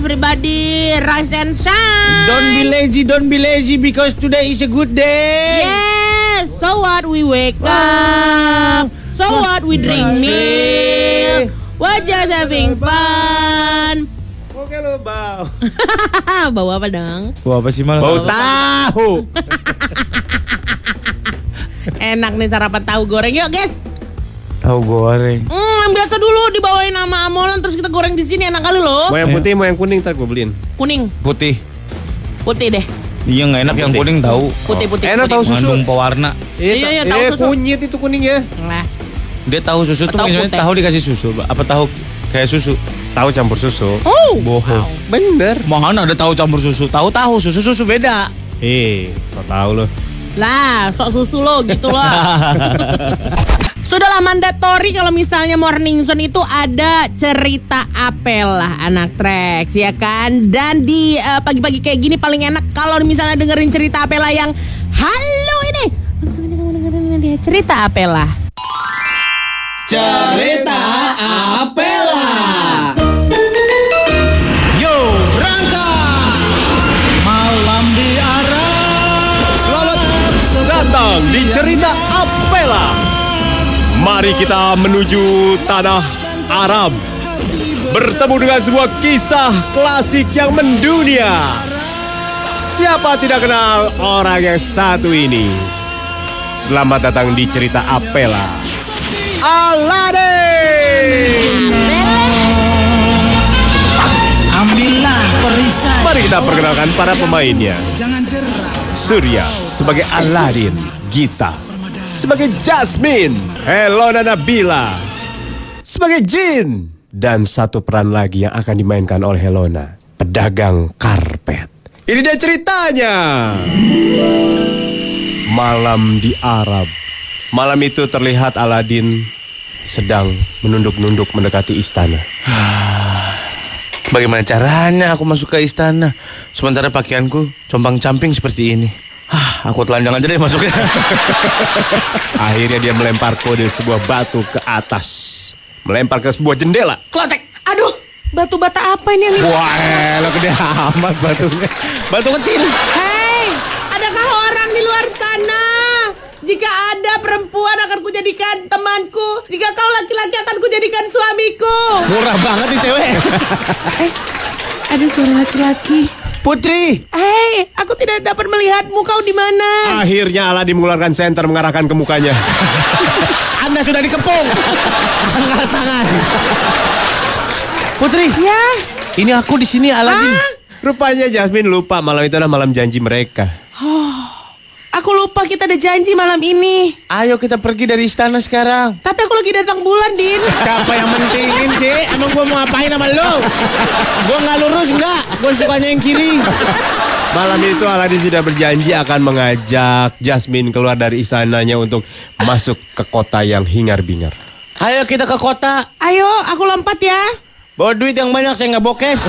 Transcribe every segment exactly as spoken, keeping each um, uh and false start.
everybody, rise and shine. Don't be lazy, don't be lazy because today is a good day. Yes, so what we wake up, so what we drink milk, we're just having fun. Oke lo bau. Bau apa dong? Bau apa sih malah? Bau tahu. Enak nih sarapan tahu goreng, yuk guys. Tahu goreng. Hmm, biasa dulu dibawain sama amolan terus kita goreng di sini enak kali loh. Mau yang putih, mau yang kuning, ntar gue beliin. Kuning, Putih. putih deh. Iya nggak enak yang kuning tahu. Putih, putih. Enak putih. tahu susu. Mengandung pewarna. Iya, iya, tahu eh, susu. kunyit itu kuning ya. Nah, Dia tahu susu tuh Tahu misalnya putih. tahu dikasih susu, apa tahu kayak susu? Tahu campur susu. oh, Bohong. Bener. Mana ada tahu campur susu? Tahu tahu susu susu beda. Eh, so tau lo. lah, sok susu lo gitu loh. Sudahlah mandatori kalau misalnya Morning Zone itu ada cerita apel lah anak Trax ya kan. Dan di uh, pagi-pagi kayak gini paling enak kalau misalnya dengerin cerita apela yang halo ini. Langsung aja kamu dengerin dia cerita apela. Cerita Apela. Yo, berangkat. Malam di Arab. Selamat datang di cerita Apela. Mari kita menuju tanah Arab. Bertemu dengan sebuah kisah klasik yang mendunia. Siapa tidak kenal orang yang satu ini? Selamat datang di cerita Apela. Aladin. Ambillah perisai. Mari kita perkenalkan para pemainnya. Jangan jerah. Surya sebagai Aladin, Gita sebagai Jasmine, Helona Nabila sebagai Jin, dan satu peran lagi yang akan dimainkan oleh Helona, pedagang karpet. Ini dia ceritanya. Malam di Arab. Malam itu terlihat Aladin sedang menunduk-nunduk mendekati istana. Bagaimana caranya aku masuk ke istana sementara pakaianku compang-camping seperti ini? Hah, aku telanjang aja deh masuknya. Akhirnya dia melempar kode sebuah batu ke atas, melempar ke sebuah jendela. Klotek. Aduh, batu bata apa ini yang Wah, elah gede amat batunya. Batu kecil. Hei, adakah orang di luar sana? Jika ada perempuan akan kujadikan temanku. Jika kau laki-laki akan kujadikan suamiku. Murah banget nih cewek. Eh, ada suara laki-laki. Putri. Hei, aku tidak dapat melihatmu. Kau di mana? Akhirnya Aladin mengeluarkan senter mengarahkan ke mukanya. Anda sudah dikepung. Angkat tangan. Putri. Ya. Ini aku di sini Aladin. Ah, Rupanya Jasmine lupa malam itu adalah malam janji mereka. aku lupa kita ada janji malam ini. Ayo kita pergi dari istana sekarang. Tapi aku lagi datang bulan, Din. Siapa yang mentingin sih? Emang gue mau ngapain sama lo? Gue nggak lurus nggak? Gue sukanya yang kiri. Malam itu Aladin sudah berjanji akan mengajak Jasmine keluar dari istananya untuk masuk ke kota yang hingar-bingar. Ayo kita ke kota. Ayo, aku lompat ya. Bawa duit yang banyak, saya nggak bokes.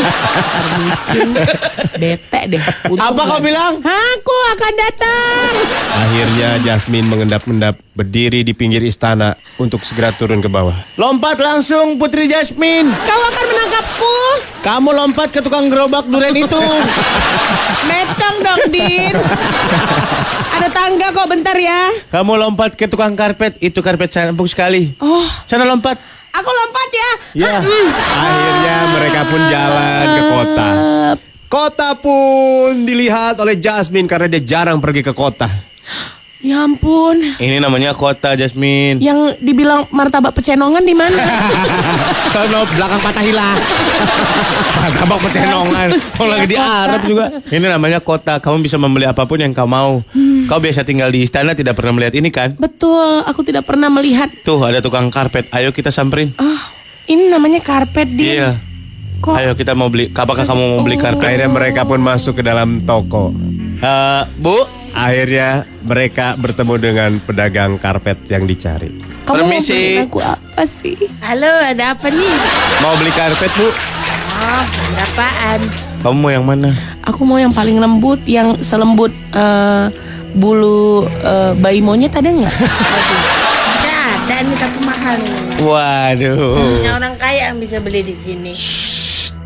Bete deh. Apa kau bilang? Aku akan datang. Akhirnya Jasmine mengendap-endap berdiri di pinggir istana untuk segera turun ke bawah. Lompat langsung Putri Jasmine. Kau akan menangkapku. Kamu lompat ke tukang gerobak durian itu. Metong dong, Din. Ada tangga kok, bentar ya. Kamu lompat ke tukang karpet. Itu karpet saya empuk sekali. Oh, Sana lompat. aku lompat ya. Ya, akhirnya mereka pun jalan ke kota. Kota pun dilihat oleh Jasmine karena dia jarang pergi ke kota. Ya ampun. Ini namanya kota Jasmine. Yang dibilang martabak pecenongan di mana? Sono belakang Patahila. Martabak pecenongan. Kau lagi di Arab juga. Ini namanya kota. Kamu bisa membeli apapun yang kau mau. Hmm. Kau biasa tinggal di istana tidak pernah melihat ini kan? Betul, aku tidak pernah melihat. Tuh ada tukang karpet. Ayo kita samperin. Oh, ini namanya karpet, Din. Iya. Kok? Ayo kita mau beli. Apakah kamu mau beli karpet? Akhirnya mereka pun masuk ke dalam toko. Eh, Bu. Akhirnya mereka bertemu dengan pedagang karpet yang dicari. Kamu mau Permisi. beliin aku apa sih? Halo, ada apa nih? Mau beli karpet, Bu? Oh, berapaan? Kamu mau yang mana? Aku mau yang paling lembut, yang selembut eh, bulu eh, bayi monyet ada nggak? Ada, ada nih tapi mahal nih. Waduh. Hanya orang kaya yang bisa beli di sini.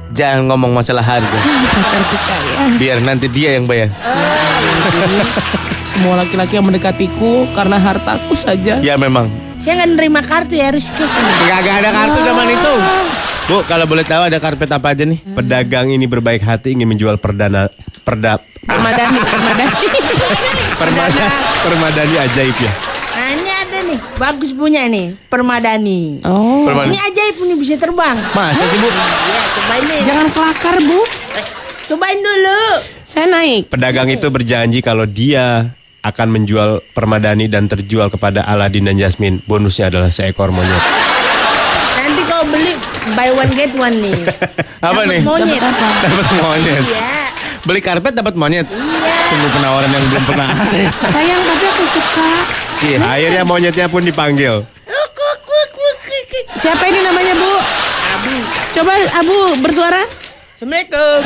Jangan ngomong masalah harga. Pacar kita ya. Biar nanti dia yang bayar. Semua laki-laki yang mendekatiku karena hartaku saja. Ya memang. Saya nggak nerima kartu ya, harus cash ini. Gak ada kartu zaman itu. Bu, kalau boleh tahu ada karpet apa aja nih? Pedagang ini berbaik hati ingin menjual perdana perda Permadani, permadani. permada, permadani ajaib ya. Nah ini ada nih, bagus punya nih, permadani. Oh. Permadani. Ini ajaib nih, bisa terbang. Masa sih, Bu? Ya cobain nih. Jangan kelakar, Bu. Cobain dulu. Saya naik. Pedagang itu berjanji kalau dia akan menjual permadani dan terjual kepada Aladin dan Jasmine. Bonusnya adalah seekor monyet. Nanti kau beli buy one get one nih. Apa Dapet nih? monyet. Dapat monyet. Iya. Beli karpet dapat monyet. Iya. Sungguh penawaran yang belum pernah ada. Sayang, tapi aku suka. Iya. Akhirnya monyetnya pun dipanggil. Siapa ini namanya, Bu? Abu. Coba Abu bersuara. Assalamualaikum.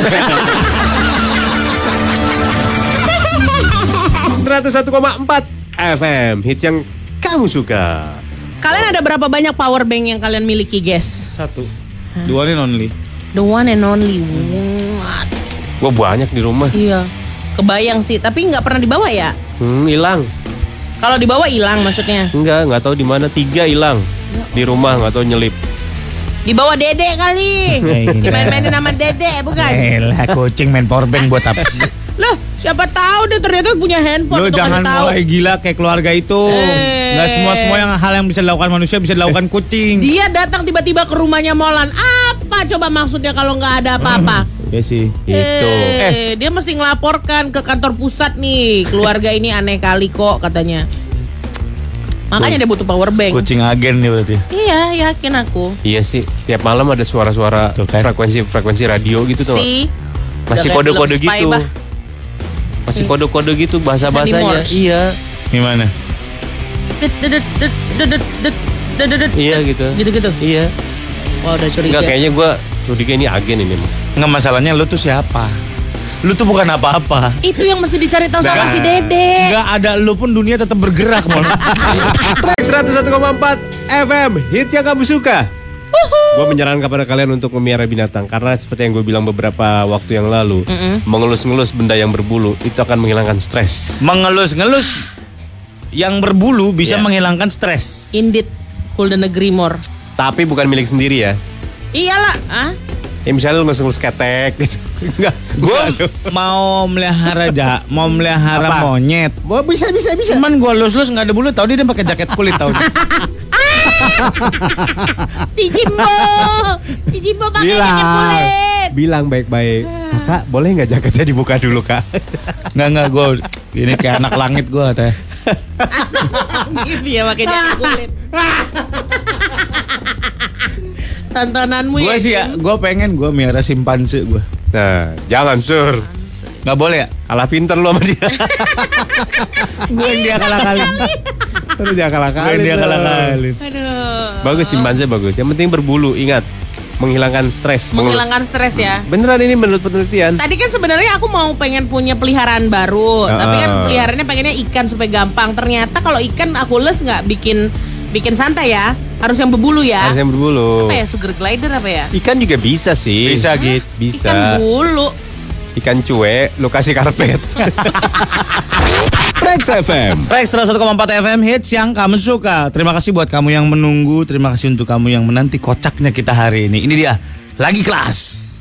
seratus satu koma empat F M, hits yang kamu suka. Kalian ada berapa banyak power bank yang kalian miliki, guys? Satu. Dua and only. The one and only. What? Gua banyak di rumah. Iya. Kebayang sih, tapi nggak pernah dibawa ya? Hmm, hilang. Kalau dibawa hilang maksudnya. Enggak, nggak tahu di mana. Tiga hilang. Di rumah nggak tahu nyelip. Dibawa Dede kali. Dimain-mainin sama Dede, bukan? Elah, kucing main powerbank buat apa sih? Loh, siapa tahu dia ternyata punya handphone. Lo untuk jangan kasih tahu. mulai gila kayak keluarga itu. Eh. Nggak semua-semua yang hal yang bisa dilakukan manusia bisa dilakukan kucing. Dia datang tiba-tiba ke rumahnya Molan. Apa coba maksudnya kalau nggak ada apa-apa? Ya sih. Itu. Eh, dia mesti ngelaporkan ke kantor pusat nih. Keluarga ini aneh kali kok katanya. Makanya dia butuh power bank. Kucing agen nih berarti. Iya, yakin aku. Iya sih, tiap malam ada suara-suara Tuh kan. frekuensi-frekuensi radio gitu tuh. Si Masih udah kayak kode-kode film spy, gitu. bah. Masih kode-kode gitu bahasa-bahasanya. Morse. Iya. Gimana? Iya gitu. Gitu-gitu. Iya. Wah, udah curiga. Enggak, kayaknya gue curiga ini agen ini mah. Nggak, masalahnya lu tuh siapa? Lu tuh bukan apa-apa. Itu yang mesti dicari tahu sama Nah, si Dede. Nggak ada lu pun dunia tetap bergerak, Mon. Track seratus satu koma empat F M, hits yang kamu suka. Gue menyarankan kepada kalian untuk memelihara binatang karena seperti yang gue bilang beberapa waktu yang lalu, Mm-mm. mengelus-ngelus benda yang berbulu itu akan menghilangkan stres. Mengelus-ngelus yang berbulu bisa Iya. menghilangkan stres. Indeed, Couldn't agree more. Tapi bukan milik sendiri ya. Iyalah, ah? Ya misalnya lu ngelus-ngelus ketek gitu. Enggak. Gue mau melihara ja, mau melihara Apa? monyet. Wah, bisa bisa bisa. Cuman gue lus-lus nggak ada bulu, tau dia, dia pakai jaket kulit tau. Si Jimbo, si Jimbo pakai jaket kulit. Bilang baik-baik. Kakak, boleh nggak jaketnya dibuka dulu, Kak? Nggak nggak gue ini kayak anak langit gue katanya. Gitu ya pakai jaket kulit. Tontonanmu Gue ya. sih ya, gue pengen gue melihara simpanse gue. Nah, jangan sur. Nggak boleh ya? Kalah pinter lu sama dia. Gue yang dia kalah kali. Lu jangan kalah Gue yang dia kalah kali. Aduh. Bagus simpanse bagus. Yang penting berbulu, ingat. Menghilangkan stres. Menghilangkan stres ya. Beneran ini menurut penelitian. Tadi kan sebenarnya aku mau pengen punya peliharaan baru, Uh-uh. tapi kan peliharaannya pengennya ikan supaya gampang. Ternyata kalau ikan aku les nggak bikin bikin santai ya, harus yang berbulu ya. Harus yang berbulu. Apa ya, sugar glider apa ya? Ikan juga bisa sih. Bisa gitu. Bisa. Ikan bulu. Ikan cuek, lu kasih karpet. Trax F M. Trax seratus satu koma empat F M, hits yang kamu suka. Terima kasih buat kamu yang menunggu. Terima kasih untuk kamu yang menanti kocaknya kita hari ini. Ini dia, lagi kelas.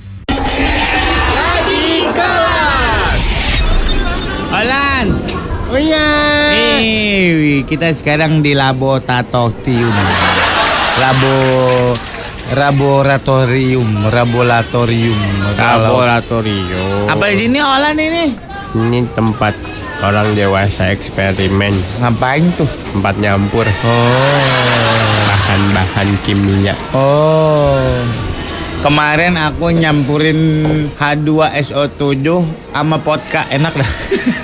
Lagi kelas. Olan. Oh iya. Eh, kita sekarang di laboratorium. Labo laboratorium, laboratorium. Laboratorium. Apa di sini Olan ini? Ini tempat orang dewasa eksperimen. Ngapain tuh? Tempat nyampur Oh. bahan-bahan kimia. Oh. Kemarin aku nyampurin H dua S O tujuh sama vodka, enak dah.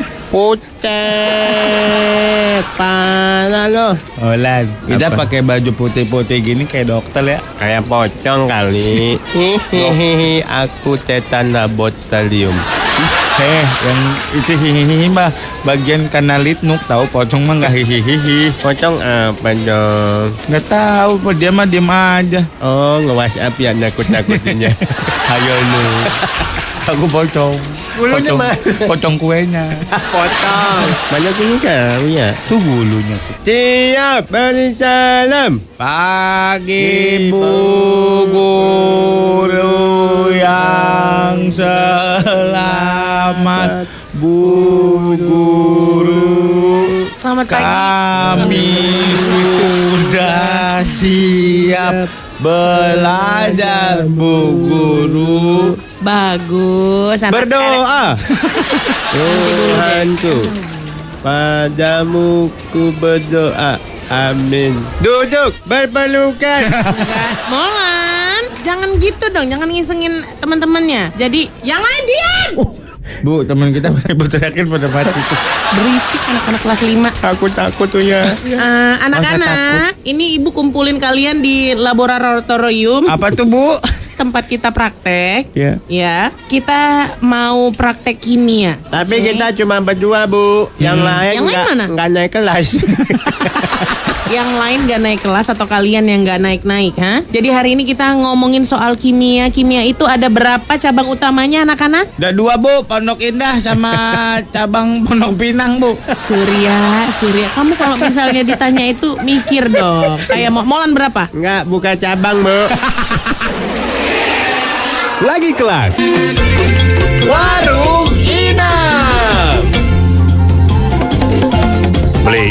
Pucet, mana lo? Olan, kita Apa? pakai baju putih-putih gini kayak dokter ya. Kayak pocong kali. Hihihi, aku cetan laboratorium. Eh, yang itu hihihi mah bagian kanalit nuk tahu pocong mah nggak hihihi. Pocong apa dong? Nggak tahu, Pak. Dia mah diam aja. Oh, nge-WhatsApp ya nakut-nakutinnya. Ayo lu. Aku pocong. Bulunya Pocong- mah. Pocong kuenya. Potong. Banyak ini kau ya. Tuh bulunya tuh. Siap, beri salam. Pagi Bu Guru yang selamat, Bu Guru. Selamat pagi. Kami sudah siap belajar, Bu Guru. Bagus. anak Berdoa. Tuhanku, padamu ku berdoa. Amin. Duduk berpelukan. Molan, jangan gitu dong, jangan ngisengin teman-temannya. Jadi yang lain diam. Bu, teman kita ibu teriakin pada mati tuh. Berisik anak-anak kelas lima. Aku takut tuh ya. Eh, anak-anak, ini ibu kumpulin kalian di laboratorium Apa tuh, Bu? tempat kita praktek. Ya. Ya, kita mau praktek kimia. Tapi Oke. kita cuma berdua, Bu. Yang lain Yang lain nggak mana? nggak naik kelas. Yang lain gak naik kelas atau kalian yang gak naik-naik, ha? Jadi hari ini kita ngomongin soal kimia. Kimia itu ada berapa cabang utamanya, anak-anak? Ada dua, Bu, Pondok Indah sama cabang Pondok Pinang, Bu. Surya, Surya. Kamu kalau misalnya ditanya itu mikir dong. Kayak Mo- Molan berapa? Nggak buka cabang, Bu. Lagi kelas. Warung Inam. Beli.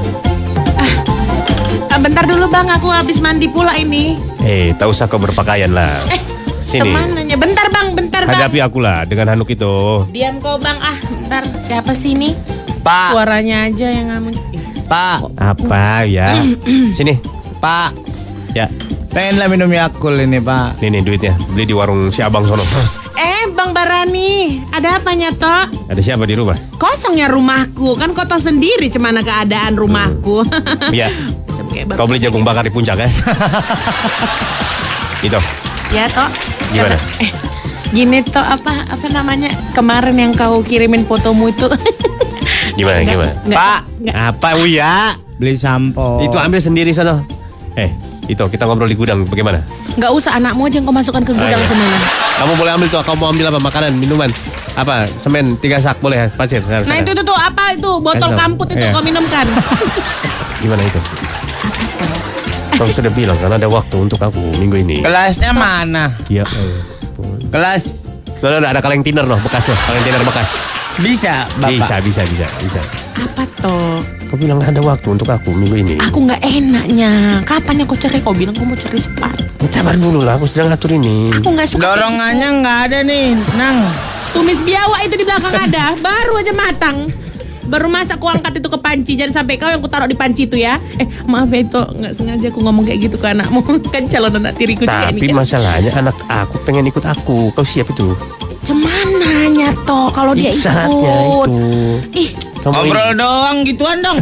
Ah, bentar dulu bang, aku habis mandi pula ini. Eh, tak usah kau berpakaian lah. Eh, Sini. kemananya? Bentar bang, bentar bang. Hadapi aku lah dengan handuk itu. Diam kau bang, ah bentar. Siapa sih ini? Pak. Suaranya aja yang ngamun. Pak, Apa ya? Sini. Pak. Ya, Pengen lah minum Yakult ini, Pak. ini nih duitnya. Beli di warung si abang sono. Eh bang Barani, ada apa nyato? Ada siapa di rumah? Kosongnya rumahku, kan kau tahu sendiri cemana keadaan rumahku. Iya. Macam kayak Kau beli jagung bakar di puncak, kan? Itu. Ya toh. Gimana? Eh, gini toh apa apa namanya kemarin yang kau kirimin fotomu itu. Gimana, Nggak- gimana? nggak- Pak. nggak- Apa, Uya? Beli sampo. Itu ambil sendiri sono. Eh, itu kita ngobrol di gudang bagaimana? nggak usah anakmu aja yang kau masukkan ke gudang iya. cemana. Kamu boleh ambil tuh, kamu mau ambil apa? Makanan, minuman. Apa? Semen, tiga sak boleh, pasir. Nah itu tuh, tuh apa itu botol Kasih tahu. kamput itu Iya. kau minumkan. Gimana itu? Kamu sudah bilang kan ada waktu untuk aku minggu ini. Kelasnya mana? Iya. Kelas Loh, loh, ada kaleng tiner loh, bekas loh, kaleng tiner bekas. bisa, Bapak. Bisa, bisa, bisa, bisa. Apa toh? Kau bilang ada waktu untuk aku minggu ini. Aku nggak enaknya. Kapan yang kau cari? Kau bilang kau mau cari cepat. Sabar dulu lah, aku sedang ngatur ini. Aku nggak suka. Dorongannya nggak ada nih, Nang. Tumis biawak itu di belakang ada, baru aja matang. Baru masak ku angkat itu ke panci. Jangan sampai kau yang ku taruh di panci itu ya. Eh maaf ya itu nggak sengaja aku ngomong kayak gitu ke anakmu. Kan calon anak tiriku juga Tapi ini kan. masalahnya anak aku pengen ikut aku. Kau siap itu? Cemana nyato kalau dia Itu ikut. syaratnya itu. Ih, Kamu Ngobrol doang gituan dong.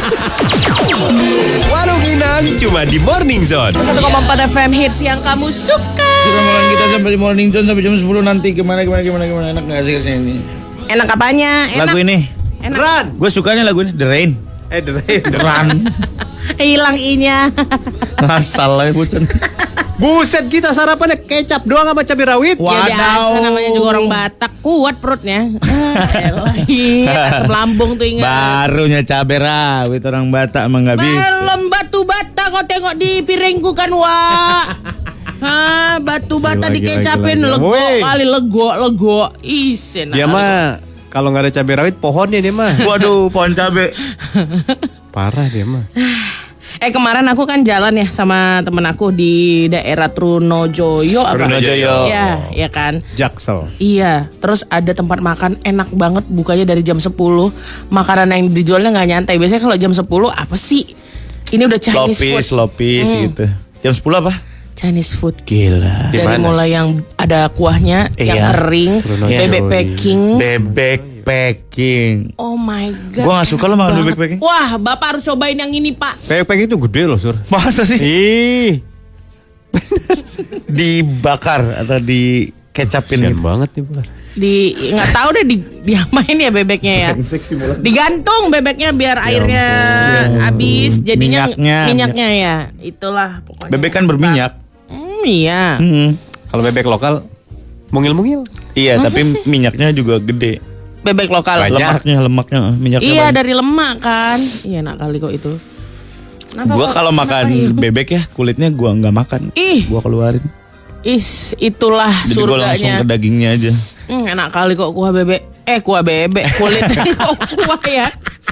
Warung Inang cuma di Morning Zone. satu koma empat F M hits yang kamu suka. Kita mulai kita sampai di Morning Zone sampai jam sepuluh nanti. Gimana gimana gimana gimana enak nggak sih ini? Enak apanya? Enak. Lagu ini. Enak. Run. Gue sukanya lagu ini The Rain. Eh, The Rain. The Run. Hilang inya. Ngasal lah bucen. Buset, kita sarapannya kecap doang sama cabai rawit. Ya biasa namanya juga orang Batak, kuat perutnya. Ah, elah, iya, asam lambung tuh ingat. Barunya cabai rawit orang Batak emang nggak bisa. Belum batu bata kau tengok di piringku kan wak. Hah, batu bata Gila, gila, dikecapin gila, gila. lego Woi. kali lego lego. Isen. Dia mah kalau nggak ada cabai rawit pohonnya dia mah. Waduh, pohon cabai. Parah dia mah. Eh kemarin aku kan jalan ya sama temen aku di daerah Trunojoyo apa? Trunojoyo. Ya, ya kan. Jaksel. Iya, terus ada tempat makan enak banget bukanya dari jam sepuluh. Makanan yang dijualnya nggak nyantai. Biasanya kalau jam sepuluh apa sih? Ini udah Chinese Lopis, food. lopis Hmm. gitu. Jam sepuluh apa? Chinese food. Gila. Di Dari mana? mulai yang ada kuahnya, yang Iya. kering, Trunojoyo. bebek packing. Bebek packing. Oh my god. Gua nggak suka lo makan enak bebek banget. packing. Wah, Bapak harus cobain yang ini, Pak. Pepek itu gede loh, Sur. Masa sih? Ih, Dibakar atau di kecapin kesian gitu. banget nih, Bang. Di nggak tahu deh di diamain ya bebeknya ya. Digantung bebeknya biar airnya habis, jadinya Minyaknya. minyaknya ya. Itulah pokoknya. Bebek kan berminyak. Hmm, iya. Hmm. Kalau bebek lokal mungil-mungil. Iya, Masa tapi sih? minyaknya juga gede. Bebek lokal. Banyak. Lemaknya, lemaknya, minyaknya Iya, banyak. dari lemak kan. Iya, enak kali kok itu. Kenapa Gua kok- kalau kenapa makan ya? bebek ya kulitnya gua nggak makan. Ih. Gua keluarin. Is, itulah Jadi gua langsung surganya. ke dagingnya aja. Hmm, enak kali kok kuah bebek. Eh, kuah bebek, kulitnya kok kuah ya.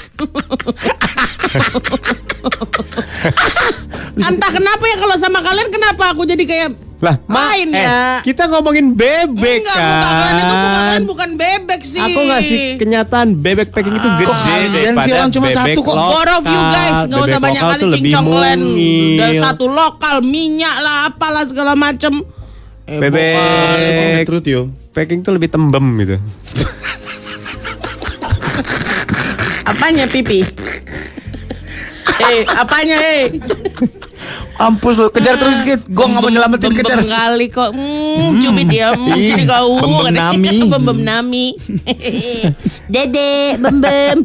Entah kenapa ya kalau sama kalian kenapa aku jadi kayak Lah, main eh, ya. kita ngomongin bebek Enggak, kan. muka kalian itu muka kalian bukan bebek sih. Aku ngasih kenyataan bebek packing itu gede Kok kalian sih, daripada orang cuma bebek satu kok. lokal. Both of you guys, nggak usah Bebek banyak lokal kali tuh lebih cincong kalian. mungil. Udah satu lokal, minyak lah, apalah segala macem. Eh, Bebek bukan. Truth yo. packing tuh lebih tembem gitu. Apanya pipi? Eh, apanya eh? Ampus lo, kejar terus Kit. Gua nggak mau nyelamatin, Bembem kejar. kali kok. Hmm, cubit dia. Hmm, Ih, sini kau. bembem Katanya. nami. Bembem nami. Dede, bembem.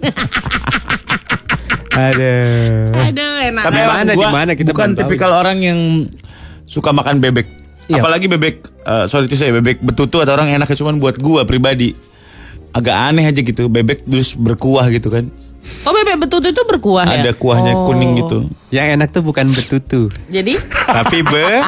Aduh. Aduh, enak. Tapi Di emang mana, gua di mana kita bukan belum tahu. tipikal orang yang suka makan bebek. Iya. Apalagi bebek, eh, sorry itu saya bebek betutu atau orang enaknya cuman buat gua pribadi. Agak aneh aja gitu, bebek terus berkuah gitu kan. Oh, bebek betutu itu berkuah ya? Ada kuahnya Oh. kuning gitu. Yang enak tuh bukan betutu, Jadi? tapi be.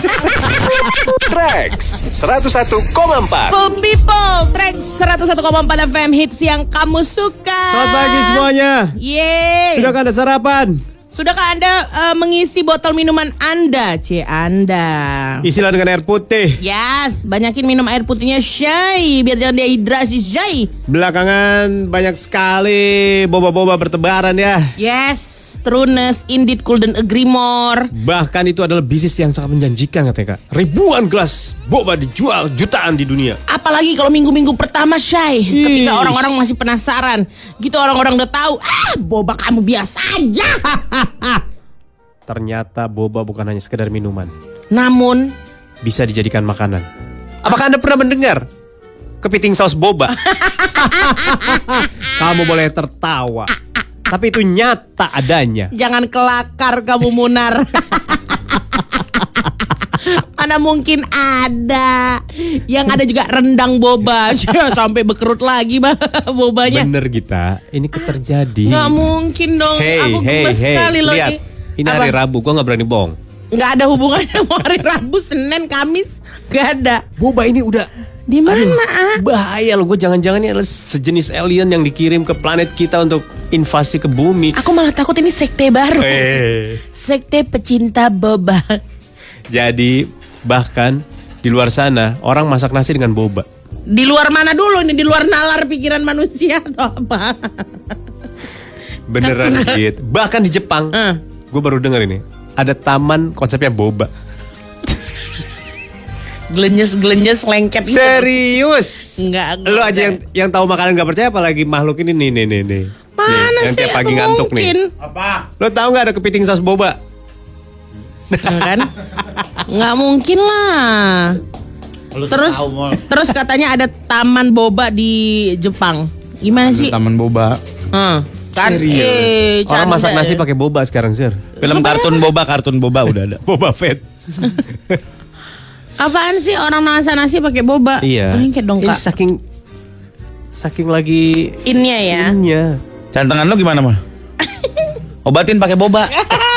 Trax seratus satu koma empat. Full people, track seratus satu koma empat F M hits yang kamu suka. Selamat pagi semuanya. Yeay. Sudah ada sarapan? Sudahkah Anda eh, mengisi botol minuman Anda? C Anda. Isilah dengan air putih. Yes, banyakin minum air putihnya Syai biar jangan dehidrasi Syai. Belakangan banyak sekali boba-boba bertebaran ya. Yes, trueness indeed couldn't agree more. Bahkan itu adalah bisnis yang sangat menjanjikan katanya Kak. Ribuan gelas boba dijual jutaan di dunia. Apalagi kalau minggu-minggu pertama Syai, ketika Ish. orang-orang masih penasaran, gitu orang-orang udah tahu, ah boba kamu biasa aja. Ternyata boba bukan hanya sekedar minuman, Namun bisa dijadikan makanan. Apakah Anda pernah mendengar kepiting saus boba? Kamu boleh tertawa, tapi itu nyata adanya. jangan kelakar kamu Munar. Mana mungkin ada. Yang ada juga rendang boba. Sampai bekerut lagi bah, bobanya. Bener Gita, ini terjadi. Nggak mungkin dong. Hey, Aku hey, gemes hey, sekali loh. lihat. Ini Apa? hari Rabu, gue gak berani bohong. Nggak ada hubungannya sama hari Rabu, Senin, Kamis. Nggak ada. Boba ini udah Di mana? ah? bahaya loh. Gue jangan-jangan ini adalah sejenis alien yang dikirim ke planet kita untuk invasi ke bumi. Aku malah takut ini sekte baru. Eh. Sekte pecinta boba. Jadi bahkan di luar sana orang masak nasi dengan boba. Di luar mana dulu nih? Di luar nalar pikiran manusia atau apa? Beneran gitu. Bahkan di Jepang, Eh. gue baru dengar ini ada taman konsepnya boba. Gelenyes-gelenyes lengket gitu. Serius? Enggak. Lu aja yang yang tahu makanan gak percaya, apalagi makhluk ini nih nih nih nih. Mana Nih, yang sih? tiap pagi Apa ngantuk mungkin? nih. Lo tahu nggak ada kepiting saus boba? Enggak kan? Nggak mungkin lah. Terus terus katanya ada taman boba di Jepang. Gimana sih? Taman boba. Hmm. Kan? Serius? Eh, Orang canda masak nasi ya. pakai boba sekarang, Sir. Film kartun boba, kartun boba udah ada. Boba Fett. Apaan sih orang masak nasi pakai boba? Iya. Lengket dong Ini kak. saking saking lagi Innya ya. innya. Cantengan lo gimana mah? Obatin pakai boba.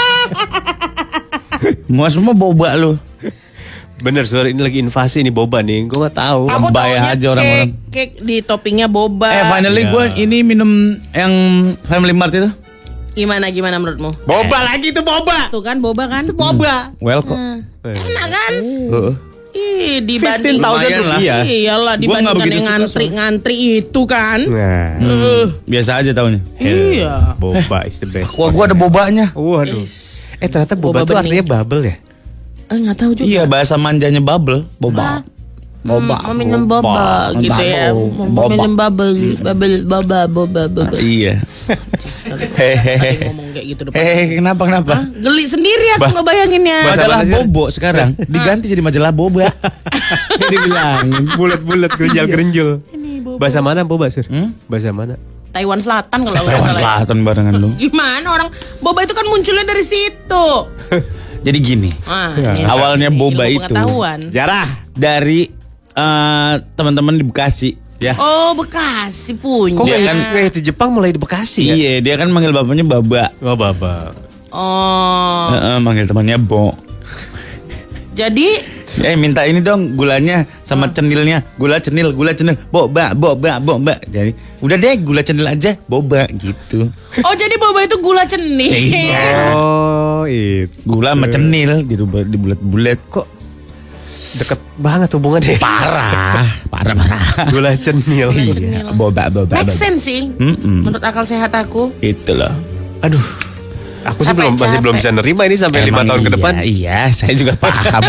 Semua semua boba lo. Bener, Sur, ini lagi invasi nih boba nih. Gue nggak tahu. Aku Lebay taunya aja orang-orang. cake, cake di toppingnya boba. Eh finally Ya. gue ini minum yang Family Mart itu. Gimana gimana menurutmu? Boba lagi tuh boba. Tuh kan boba kan? Boba. Well kok. Nah, enak kan? Heeh. Ih, fifteen dibanding thousand Lumayan lah. rupiah. Iyalah Gua nggak dibandingkan begitu yang suka ngantri-ngantri itu kan. Nah, Eh, Biasa aja taunya. iya. boba is the best. Wah gue ada bobanya. Waduh. Eh ternyata boba, Boba tuh bening. artinya bubble ya? Eh, nggak tahu juga. Iya bahasa manjanya bubble, boba. Boba. Mau minum boba gitu ya. Mau minum bubble, bubble, boba, boba, boba. Iya. Hehehe. Ngomong kayak gitu depan. Eh, kenapa kenapa? Hah? Geli sendiri aku ngebayanginnya. Majalah Bobo sekarang diganti jadi majalah Boba. Dibilang bulat-bulat gerenjal-gerenjul. Bahasa mana boba, Sir? Hmm? Bahasa mana? Taiwan Selatan kalau nggak Taiwan salah. Selatan barengan lu. Gimana orang boba itu kan munculnya dari situ. Jadi gini. Ah, Ya. ini Awalnya ilmu boba itu pengetahuan. Jarah. dari eh, teman-teman di Bekasi. Ya. Oh, Bekasi punya. Kok Dia kayak kan- kayak di Jepang mulai di Bekasi ya? Iya, dia kan manggil bapaknya Baba. Oh, baba. Oh. Heeh, manggil temannya Bo. Jadi Eh minta ini dong gulanya sama cenilnya. Gula cenil, gula cenil. Boba, boba, boba. Jadi udah deh gula cenil aja, boba gitu. oh jadi boba itu gula cenil. Iya. Oh, itu. Gula sama cenil dirubah di bulat-bulat. Kok deket banget hubungannya? Parah, parah, parah. Gula cenil. Iya, boba, boba, Make boba. sense sih. Mm-mm. Menurut akal sehat aku. Itu loh. Aduh. Aku sih Capek, belum masih capek. belum bisa nerima ini sampai lima Emang tahun ke iya, depan. Iya, saya juga paham.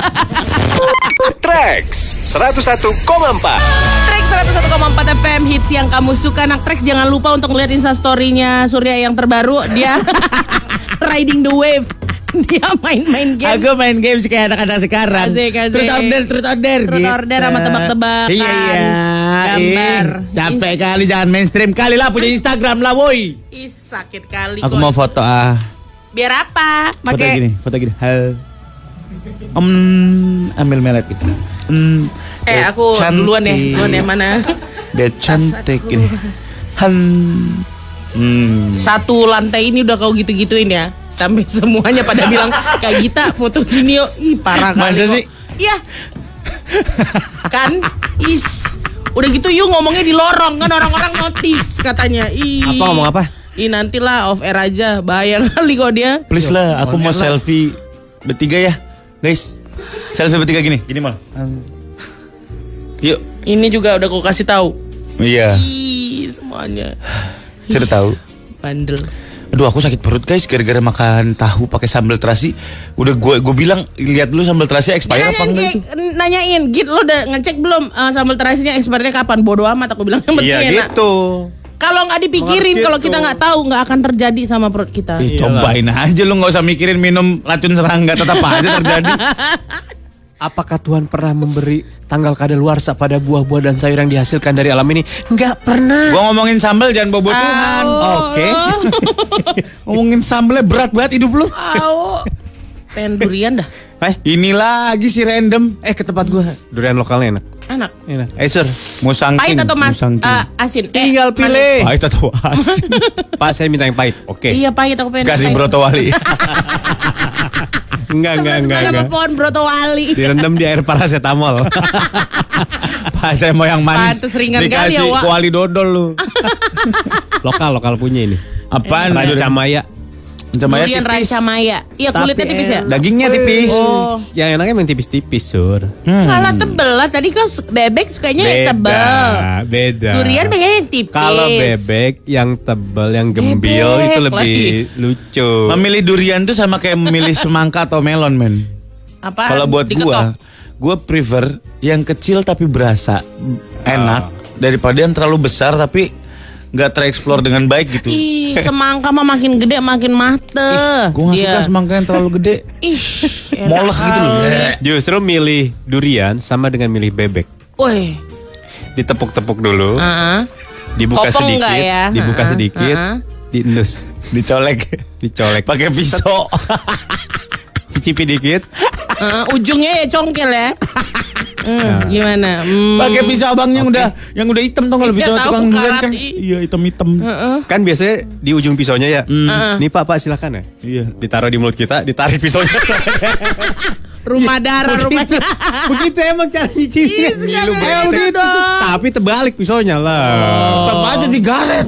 Trax seratus satu koma empat. Trax seratus satu koma empat F M hits yang kamu suka. Nak Trax jangan lupa untuk ngeliat instastory-nya Surya yang terbaru. Dia riding the wave. Dia main-main game. Aku main games kayak anak-anak sekarang. Asik, asik. Truth order, truth order. Truth order sama tebak-tebakan. Iya, iya. Gambar. Ih, capek Is- kali, jangan mainstream kali lah punya Instagram lah, woi. Ih, sakit kali. Aku kok. mau foto ah. Biar apa? Foto Pakai gini, foto gini. Hal. Om ambil melet gitu. Hmm, Eh dia aku duluan ya, cantik. duluan ya mana? Dia cantik aku. gini. Han. Hmm. Satu lantai ini udah kau gitu-gituin ya. Sampai semuanya pada bilang Kak Gita foto gini yuk. Ih parah kali Masa kok. sih? Iya. Kan is udah gitu yuk ngomongnya di lorong kan orang-orang notice katanya. Ih. Apa ngomong apa? Ih nantilah off air aja. Bahaya kali kok dia. Please lah, aku mau selfie bertiga ya, guys. Selfie bertiga gini, gini mal. Yuk. Ini juga udah kau kasih tahu. Iya. Ih semuanya Saya udah tahu. bandel. Aduh, aku sakit perut guys gara-gara makan tahu pakai sambal terasi. Udah gue gue bilang lihat dulu sambal terasi expired apa Nanyain, enggak Ki, itu? nanyain, Git lo udah ngecek belum uh, sambal terasinya expirednya kapan? Bodoh amat aku bilang yang penting Iya enak. gitu. Kalau nggak dipikirin, Harus kalau gitu. kita nggak tahu nggak akan terjadi sama perut kita. Eh, cobain aja lu, nggak usah mikirin minum racun serangga, tetap aja terjadi. Apakah Tuhan pernah memberi tanggal kadaluarsa pada buah-buah dan sayur yang dihasilkan dari alam ini? Enggak pernah. Gua ngomongin sambal jangan bobo Tuhan. Oke. Ngomongin sambalnya berat banget hidup lu. Au. Pengen durian dah. Eh, Ini lagi si random. eh ke tempat gua. Durian lokalnya enak. Enak. Enak. Eh, Sur. Musangking. Pahit atau mas? musangking. uh, asin? Tinggal manis. pilih. Pahit atau asin? Pak, saya minta yang pahit. Oke. Iya pahit aku pengen. Kasih pahit. broto wali. Enggak, enggak, enggak, Sebelah-sebelah sama enggak. pohon broto wali. Direndam di air paracetamol. Pak, saya mau yang manis. Pantes ringan kali ya, Dikasih Wak. kuali dodol lu. lokal, lokal punya ini. Apaan? Raja Maya. Camaya Durian tipis. Raja Maya. Iya kulitnya Tapi tipis ya. Dagingnya tipis. Oh. Yang enaknya main tipis-tipis, Sur. Kalah tebel lah. Tadi kan su- bebek sukanya tebel. beda. Durian pengen tipis. Kalau bebek yang tebal, yang gembil Bebek itu lebih lagi. lucu. Memilih durian tuh sama kayak memilih semangka atau melon, men. Apa? Kalau buat gua, gua prefer yang kecil tapi berasa enak daripada yang terlalu besar tapi nggak tereksplor dengan baik gitu. Ih, semangka mah makin gede makin mate. Gue gak suka Dia. semangka yang terlalu gede. Ih, enak Molek gitu loh. kali. Justru milih durian sama dengan milih bebek. Woi, Ditepuk-tepuk dulu, ah, dibuka Kopong sedikit, nggak ya? dibuka Ha-ha, sedikit, ha-ha. diendus, Dicolek. dicolek, Pakai pisau. cicipi dikit. ah, ujungnya ya congkel ya. Hmm, gimana? Hmm. Pakai pisau abang yang udah yang udah hitam tuh kalau Iya, pisau tahu, tukang durian kan. karate. Iya, hitam-hitam. Kan biasanya di ujung pisaunya ya. Nih Pak, Pak silakan ya. Iya. Ditaruh di mulut kita, ditarik pisaunya. Rumah darah, rumah Begitu, begitu emang cara nyicipnya. Ih, sekarang Eh, gitu begitu. Tapi terbalik pisaunya lah. Tetap aja digaret.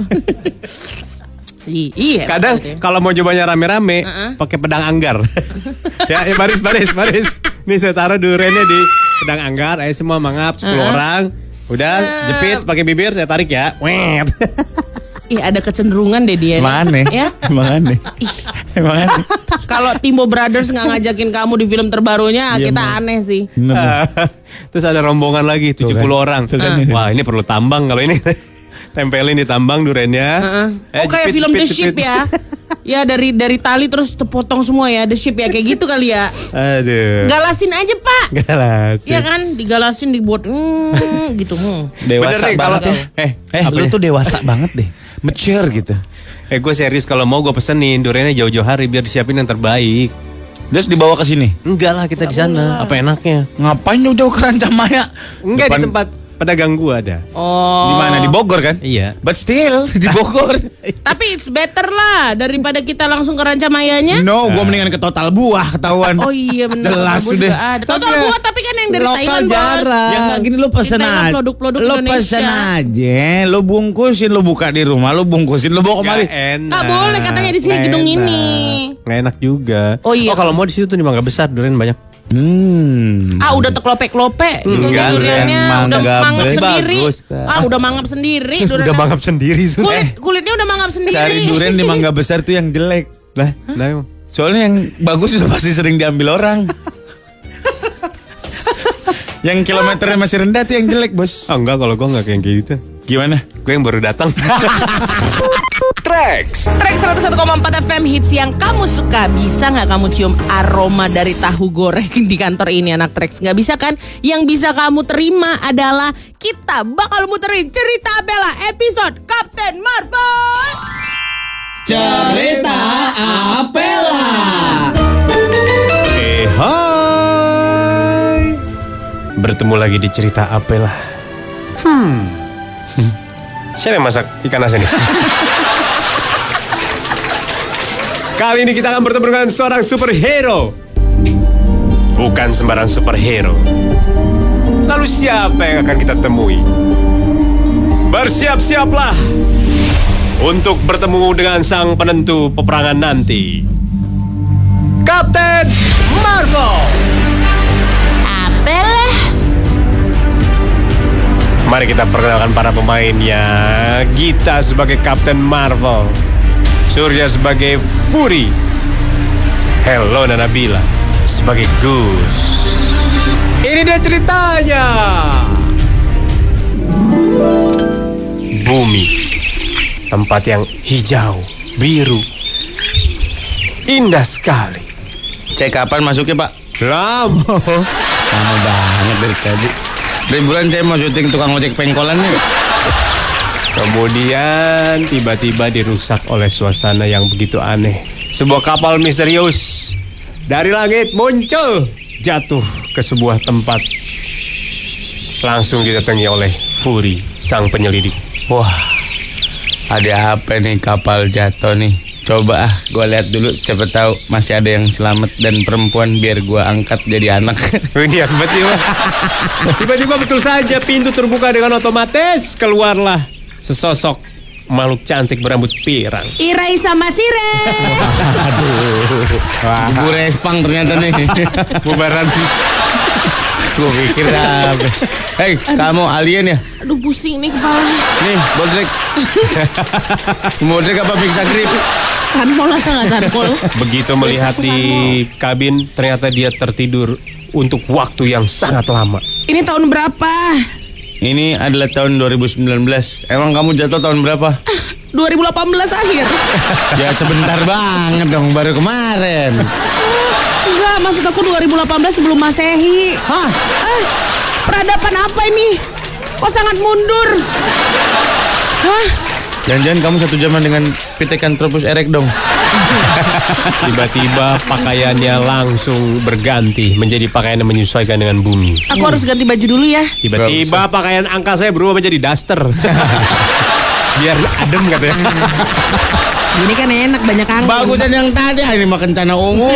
I- Iya. Kadang maksudnya. kalau mau cobanya rame-rame, Uh-uh. pakai pedang anggar. ya, ya baris, baris, baris. Nih saya taruh duriannya di pedang anggar. Ayo semua mangap sepuluh Uh-uh. orang. Udah jepit pakai bibir, saya tarik ya. Wet. Ih, ada kecenderungan deh dia. nih. Mana? Ya. Mana? Ih, Emang aneh. Kalau Timo Brothers nggak ngajakin kamu di film terbarunya, Iya, kita Mak. aneh sih. Bener. Terus ada rombongan lagi tujuh puluh orang. kan. Wah, ini perlu tambang kalau ini. Tempelin di tambang durennya. Heeh. Eh, Oh kayak jepit, film jepit, The Ship jepit. ya. Ya dari dari tali terus terpotong semua ya, The Ship ya kayak gitu kali ya. Aduh. Galasin aja Pak. Galas. Iya kan, digalasin dibuat mm, gitu. Hmm. Dewasa Bener nih, banget kalau- ya. Eh, eh lu Apanya? tuh dewasa banget deh. Mature gitu. Eh gue serius kalau mau gue pesenin durennya jauh-jauh hari biar disiapin yang terbaik. Terus dibawa ke sini. Enggak lah kita di sana. Apa enaknya? Ngapain jauh-jauh ke Rancamaya? Enggak Depan- di tempat pedagang gue ada. Oh. Di mana? Di Bogor kan? Iya. But still di Bogor. Tapi it's better lah daripada kita langsung ke Rancamayanya. No, gue mendingan ke Total Buah ketahuan. Oh iya benar. Jelas Total Buah udah. juga ada. Total Tapi Buah tapi kan yang dari lokal Thailand bos. jarang. Ya nggak gini lu pesen Kita emang aja. produk-produk Lu Indonesia. pesen aja, lu bungkusin, lu buka di rumah, lu bungkusin, lu bawa kemari. Nggak enak. Nggak boleh katanya di sini Nggak gedung enak. ini. Nggak enak juga. Oh iya. Oh kalau mau di situ tuh di Mangga Besar durian banyak. Hmm. Ah udah teklope-klope Enggak, duriannya yang udah mangga mangap bagus. sendiri. Bagus. Ah udah mangap sendiri Udah duriannya. mangap sendiri sudah. Kulit kulitnya udah mangap sendiri. Cari durian di Mangga Besar tuh yang jelek. Lah, nah emang. Soalnya yang bagus sudah pasti sering diambil orang. Yang kilometernya masih rendah tuh yang jelek, Bos. Oh enggak, kalau gue enggak kayak gitu. Gimana? Gue yang baru datang. Trax, Track seratus satu koma empat F M hits yang kamu suka. Bisa nggak kamu cium aroma dari tahu goreng di kantor ini anak Trax? Nggak bisa kan? Yang bisa kamu terima adalah kita bakal muterin cerita Bella episode Captain Marvel. Cerita Apela. Eh, hai. Bertemu lagi di cerita Apela. Hmm. Siapa yang masak ikan asin ini? Kali ini kita akan bertemu dengan seorang superhero. Bukan sembarang superhero. Lalu siapa yang akan kita temui? Bersiap-siaplah untuk bertemu dengan sang penentu peperangan nanti. Captain Marvel. Apalah? Mari kita perkenalkan para pemainnya. Gita sebagai Captain Marvel, Surya sebagai Fury, Hello Nabila sebagai Goose. Ini dia ceritanya. Bumi, tempat yang hijau, biru, indah sekali. Cek kapan masuknya, Pak? Lama. Lama banget dari tadi. Dari bulan saya mau syuting tukang ojek pengkolan nih. Kemudian tiba-tiba dirusak oleh suasana yang begitu aneh. Sebuah kapal misterius dari langit muncul, jatuh ke sebuah tempat. Langsung didatangi oleh Fury, sang penyelidik. Wah, ada apa nih kapal jatuh nih? Coba ah, gue lihat dulu. Siapa tahu masih ada yang selamat dan perempuan biar gue angkat jadi anak. Ini tiba-tiba, tiba-tiba betul saja pintu terbuka dengan otomatis keluarlah sesosok makhluk cantik berambut pirang. Irai sama Sire. Gue respang ternyata nih. Bubaran. Gue pikir apa? Hei, kamu alien ya? Aduh pusing nih kepala. Nih, Bodrek. Bodrek apa Big Grip? Sanmol atau nggak sanmol? Begitu melihat di kabin, ternyata dia tertidur untuk waktu yang sangat lama. Ini tahun berapa? Ini adalah tahun dua ribu sembilan belas. Emang kamu jatuh tahun berapa? dua ribu delapan belas akhir. Ya sebentar banget dong, baru kemarin. Enggak, maksud aku dua ribu delapan belas sebelum Masehi. Hah? Eh, peradaban apa ini? Kok sangat mundur? Hah? Jangan-jangan kamu satu zaman dengan Pithecanthropus erect dong. Tiba-tiba pakaiannya langsung berganti menjadi pakaian yang menyesuaikan dengan bumi. Aku harus ganti baju dulu ya. Tiba-tiba pakaian angka saya berubah menjadi daster. Biar adem katanya. Ini kan enak, banyak angin. Bagusan yang tadi, ini mah kencana ungu.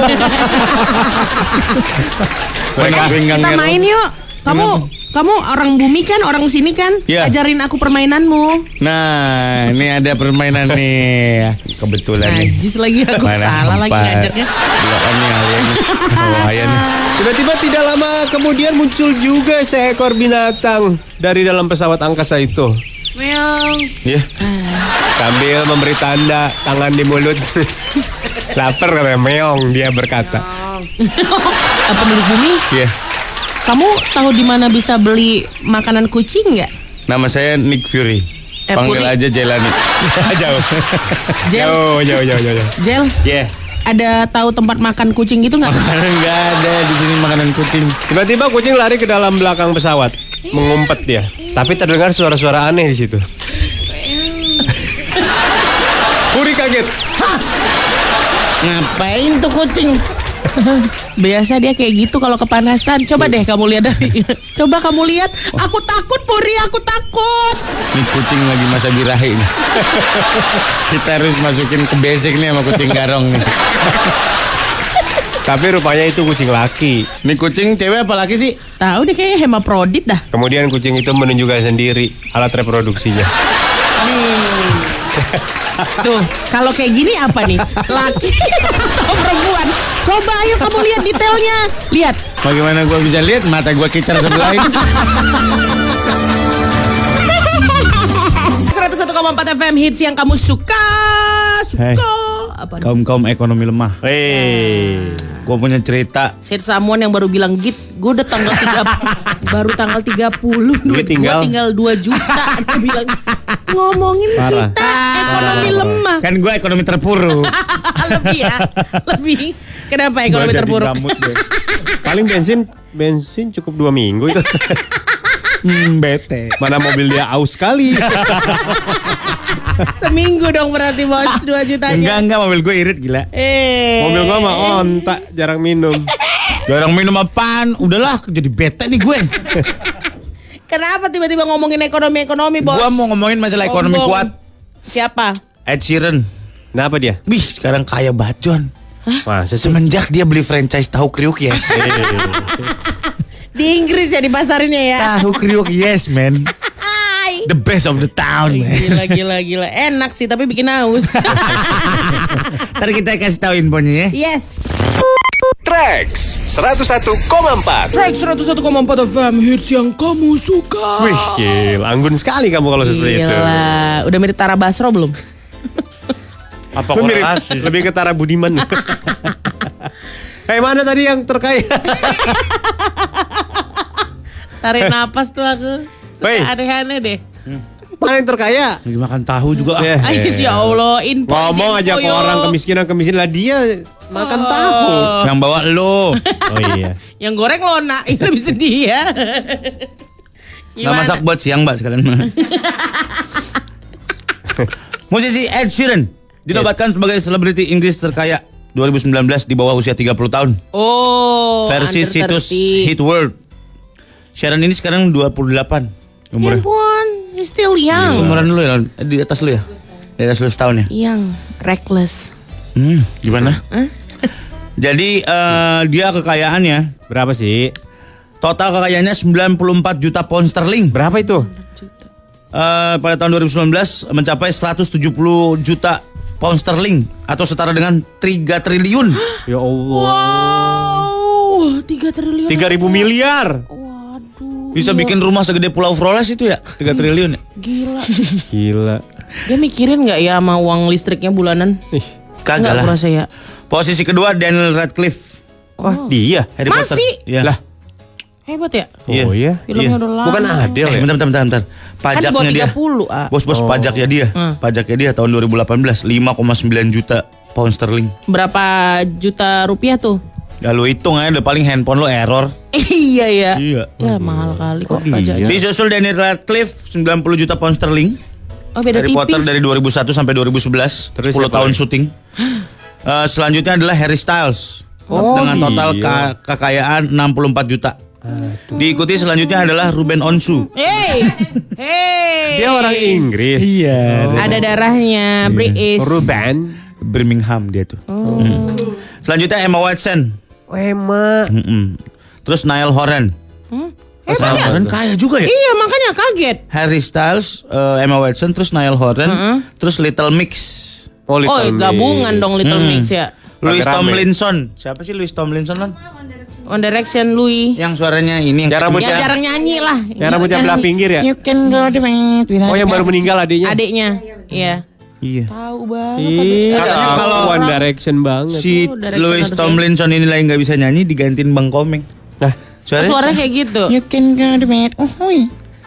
Kita main yuk. Kamu kamu orang bumi kan, orang sini kan? Iya. Ajarin aku permainanmu. Nah, ini ada permainan nih. Kebetulan nih. Najis lagi aku salah lagi empat. ngajaknya. Dua nih alien. Lumayan nih. Tiba-tiba tidak lama kemudian muncul juga seekor binatang dari dalam pesawat angkasa itu. Meong. Iya. Sambil memberi tanda tangan di mulut. Lapar katanya, meong dia berkata. Eh, penduduk bumi, Iya. kamu tahu di mana bisa beli makanan kucing nggak? Nama saya Nick Fury. Eh, Panggil Puri. aja Jelani. Jauh. Jel, Jauh, jauh, jauh, jauh. jauh. Jel, Iya. ada tahu tempat makan kucing gitu nggak? Makanan nggak ada di sini makanan kucing. Tiba-tiba kucing lari ke dalam belakang pesawat, mengumpet dia. Tapi terdengar suara-suara aneh di situ. Puri kaget. Ngapain tuh kucing? Biasa dia kayak gitu kalau kepanasan. Coba deh kamu lihat dari. Coba kamu lihat. Aku takut Puri, aku takut. Ini kucing lagi masa birahi nih. Kita harus masukin ke basic nih sama kucing garong nih. Tapi rupanya itu kucing laki. Ini kucing cewek apa laki sih? Tahu deh kayaknya hemaprodit dah. Kemudian kucing itu menunjukkan sendiri alat reproduksinya. Tuh, kalau kayak gini apa nih? Laki atau perempuan? Coba ayo kamu lihat detailnya. Lihat. Bagaimana gua bisa lihat mata gua kicar sebelah ini? seratus satu koma empat F M hits yang kamu suka. Suka. Hey. Apa nih? Kaum-kaum ekonomi lemah. Hei. Gua punya cerita. Said someone yang baru bilang git, gue udah tanggal tiga baru tanggal tiga puluh, duit gue tinggal. tinggal dua juta. Dia bilang ngomongin Parah. kita ekonomi lemah. Kan gua ekonomi terpuruk. Lebih ya, lebih. Kenapa Gua ekonomi jadi terpuruk? gamut deh. Paling bensin bensin cukup dua minggu itu. Hmm, bete. Mana mobil dia aus sekali. Seminggu dong berarti bos dua jutanya. Enggak, enggak, mobil gue irit gila. Eh. Mobil gua mah ontak, jarang minum. Jarang minum apaan? Udahlah, jadi bete nih gue. Kenapa tiba-tiba ngomongin ekonomi-ekonomi bos? Gua mau ngomongin masalah ekonomi Sombong. kuat. Siapa? Ed Sheeran. Kenapa dia? Bih, sekarang kaya banget John. Masa sih? Semenjak dia beli franchise tahu kriuk yes. Di Inggris ya dipasarinnya ya. Tahu kriuk yes, man. Hai. The best of the town, man. Gila gila gila. Enak sih tapi bikin haus. Ntar kita kasih tahu infonya ya. Yes. Trax seratus satu koma empat. Track seratus satu koma empat F M hits yang kamu suka. Wih, gila, anggun sekali kamu kalau seperti itu. Gila. Udah mirip Tara Basro belum? Apa Lu mirip, korelasi? lebih ke Tara Budiman. Hei, mana tadi yang terkaya? Tarik napas tuh aku. Suka Wey. aneh-aneh deh. Mana yang terkaya? Lagi makan tahu juga. Ya, Ais ya Allah, info Ngomong info, aja ke yo. orang kemiskinan-kemiskinan lah, dia makan tahu. Yang bawa lo. Oh iya. Yang goreng lo nak, ini lebih sedih ya. Nggak masak buat siang mbak sekalian. Musisi Ed Sheeran dinobatkan sebagai selebriti Inggris terkaya dua ribu sembilan belas di bawah usia tiga puluh tahun. Oh, Versi under situs thirty. Hit World. Sheeran ini sekarang dua puluh delapan umurnya. Handphone, he's still young. Umuran lu ya, di atas lu ya? Di atas lu setahun ya? Young, reckless. Hmm, gimana? Jadi eh, dia kekayaannya, Berapa sih? total kekayaannya sembilan puluh empat juta pound sterling. Berapa itu? Eh, pada tahun dua ribu sembilan belas mencapai seratus tujuh puluh juta pound sterling atau setara dengan tiga triliun. Ya Allah. Wow, tiga triliun. tiga ribu miliar. Waduh, Bisa bikin rumah segede Pulau Flores itu ya, tiga triliun ya. gila. Gila. Dia mikirin nggak ya sama uang listriknya bulanan? Ih. Kagak Nggak lah. merasa ya. Posisi kedua Daniel Radcliffe. Wah, dia. Harry Masih? Potter. Iya. Lah. Hebat ya. Oh iya. Filmnya Iya. udah lama. Bukan Adele Eh, ya? bentar, bentar, bentar, bentar. Kan di bawah Pajaknya dia. tiga puluh, ah. Bos-bos pajaknya dia. Pajaknya dia tahun dua ribu delapan belas lima koma sembilan juta pound sterling. Berapa juta rupiah tuh? Ya lu hitung aja, udah paling handphone lu error. iya ya. Iya. Ya mahal kali kok iya? pajaknya. Disusul Daniel Radcliffe sembilan puluh juta pound sterling. Oh beda Harry tipis. Potter dari dua ribu satu sampai dua ribu sebelas, Terus sepuluh siapa tahun lagi? syuting. Eh, selanjutnya adalah Harry Styles Oh, dengan total iya. ka- kekayaan enam puluh empat juta. Diikuti selanjutnya adalah Ruben Onsu. Hey, hey. Dia orang Inggris. Iya. Ada darahnya British. Ruben. Birmingham dia tuh. Hmm. Selanjutnya Emma Watson. Wema. Mm-mm. Terus Niall Horan. Hebat Niall ya? Horan kaya juga ya. Iya makanya kaget. Harry Styles, eh, Emma Watson, terus Niall Horan, terus Little Mix. Oh, Oh gabungan dong Little Mix ya. Louis Rame-rame. Tomlinson. Siapa sih Louis Tomlinson kan? One Direction Louis. Yang suaranya ini yang Yang rambutnya- Yang jarang nyanyi lah. Yang rambutnya belah pinggir ya? You can go the way without Oh, yang baru meninggal adiknya. Adiknya. Iya. Iya. Tahu banget. Iya, Katanya kalau One Direction banget. Si Oh, Direction Louis harusnya. Tomlinson ini lagi nggak bisa nyanyi digantiin Bang Komeng. Nah, Suaranya, suaranya kayak gitu. You can go to bed. Oh, hui.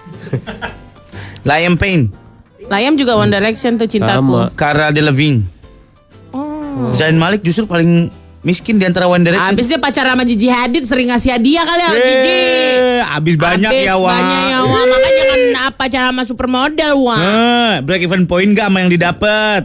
Liam Payne, Liam juga One Direction tuh cintaku. Sama. Cara Delevingne. Oh. Zayn Malik justru paling miskin di antara One Direction. Abis dia pacaran sama Gigi Hadid sering ngasih hadiah kali ya Gigi. Eh, abis banyak Abis ya, Wak. Banyak ya, Wak. Makanya kan apa cara sama supermodel, Wak. Eh, break even point gak sama yang didapat?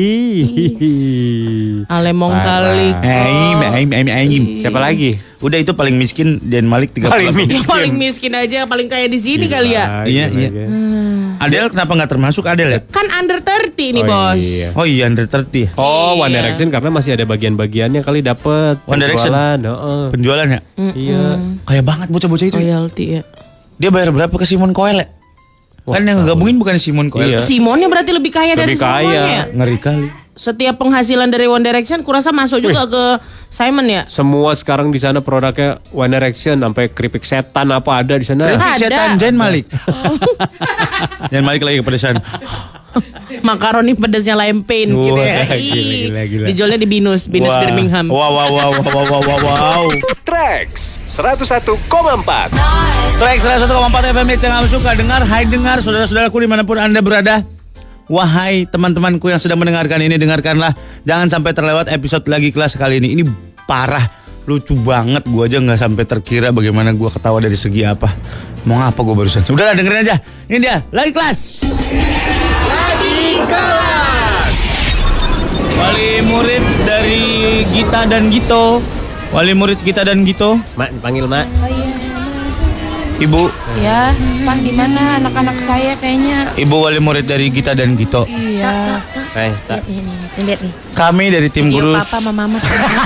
Ih. Alemong kali. Aim, aim, aim, aim. Siapa lagi? Udah itu paling miskin Zayn Malik tiga puluh. Paling miskin. Yang paling miskin aja, paling kaya di sini kali ya. Iya, iya. Adele kenapa nggak termasuk Adele ya? Kan under tiga puluh nih, Oh, Bos. iya. Oh iya under tiga puluh. Oh, One Iya. Direction karena masih ada bagian-bagiannya kali dapet. One Direction? Penjualan, heeh. Penjualan ya? Iya. Kayak banget bocah-bocah itu. Royalty ya. Dia bayar berapa ke Simon Cowell ya? Kan yang ngegabungin bukan Simon Cowell. Iya. Simonnya berarti lebih kaya dari Lebih kaya. semuanya. Ngeri kali. Setiap penghasilan dari One Direction kurasa masuk juga ke Simon ya. Semua sekarang di sana produknya One Direction, sampai keripik setan apa ada di sana. Keripik Ada. setan Zayn Malik. Zayn Malik lagi kepedesan. Makaroni pedasnya Liam Payne gitu ya. Wah, Ih. gila, gila, gila. Dijualnya di Binus, Binus Wah. Birmingham. Wow, wow, wow, wow, wow, wow, wow. Trax seratus satu koma empat. Track seratus satu koma empat F M yang kamu suka dengar. Hai dengar saudara-saudaraku dimanapun Anda berada. Wahai teman-temanku yang sedang mendengarkan ini, dengarkanlah. Jangan sampai terlewat episode lagi kelas kali ini. Ini parah, lucu banget. Gue aja nggak sampai terkira bagaimana gue ketawa dari segi apa. Mau ngapa gue barusan? Udahlah dengerin aja. Ini dia, lagi kelas. Lagi kelas. Wali murid dari Gita dan Gito. Wali murid Gita dan Gito. Mak, dipanggil Mak. Oh iya. Ibu, Ya, Pak di mana anak-anak saya kayaknya? Ibu wali murid dari Gita dan Gito. Iya. Eh, tak. Nih, nih, nih, lihat nih. Kami dari tim Video guru. papa sama mama.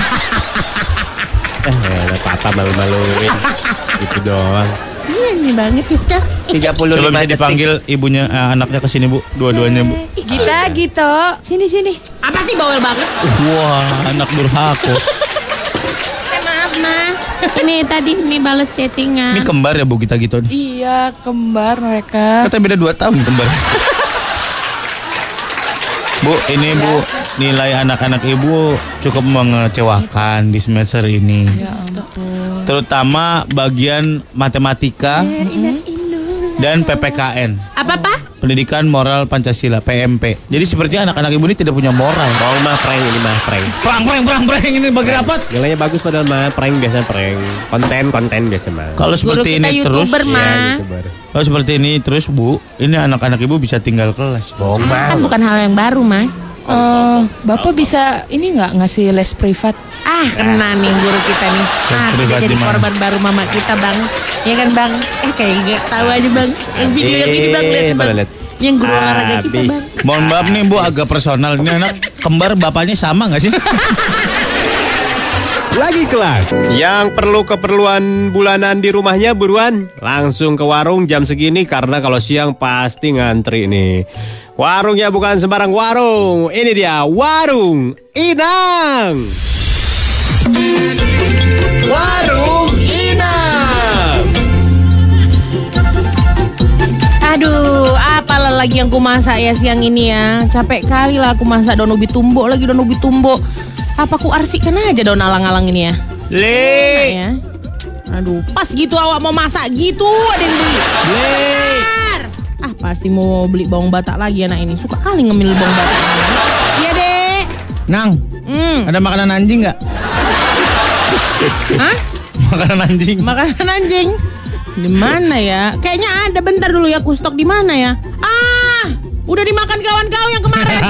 Eh, ada papa malu-maluin. Gitu doang. Iya, ini banget ya. tiga puluh Coba bisa dipanggil ibunya eh, anaknya ke sini, Bu. Dua-duanya, Bu. Gita, Gito, sini sini. Apa sih bawel banget? Wah, anak durhakos. Eh, maaf, Ma. Ini tadi ini balas chattingan. Ini kembar ya, Bu, kita gitu. Iya, kembar mereka. Katanya beda dua tahun kembar. Bu, ini Bu, nilai anak-anak Ibu cukup mengecewakan di semester ini. Ya ampun. Terutama bagian matematika dan P P K N. Apa-apa? Pendidikan Moral Pancasila, P M P. Jadi sepertinya anak-anak Ibu ini tidak punya moral. Oh, mah prank ini mah prank. Perang, perang, perang, perang, ini bagi rapat. Nilainya bagus padahal mah prank biasa prank. Konten-konten biasa mah. Kalau Guru seperti kita ini terus, YouTuber, Ma. Ya, YouTuber. kalau seperti ini terus, Bu, ini anak-anak Ibu bisa tinggal kelas. Bohong Kan mah. bukan hal yang baru, Ma. Eh, Bapak bisa ini nggak ngasih les privat? Ah, kena nih guru kita nih. Les Ah, dia privat jadi di mana? korban baru mama kita, Bang. Ya kan, Bang? Eh, kayak gak tahu aja, Bang. Yang video yang ini, Bang, lihat, Eh, mana Bang. lihat? Yang guru olahraga kita, Habis. Bang. Mohon maaf nih, Bu, agak personal. Ini anak kembar bapaknya sama nggak sih? Lagi kelas. Yang perlu keperluan bulanan di rumahnya buruan langsung ke warung jam segini karena kalau siang pasti ngantri nih. Warungnya bukan sembarang warung. Ini dia Warung Inang. Warung Inang. Aduh, apalah lagi yang ku masak ya siang ini ya. Capek kali lah aku masak daun ubi tumbuk lagi daun ubi tumbuk. Apa ku arsikan aja daun alang-alang ini ya? Enak Le, ya. Aduh, pas gitu awak mau masak gitu ada yang beli. Benar. Ah, pasti mau beli bawang batak lagi anak ini. Suka kali ngemil bawang batak. Iya, Dek. Nang, Hmm. ada makanan anjing nggak? Hah? Makanan anjing. Makanan anjing. Di mana ya? Kayaknya ada, bentar dulu ya, ku stok di mana ya? Ah, udah dimakan kawan kau yang kemarin.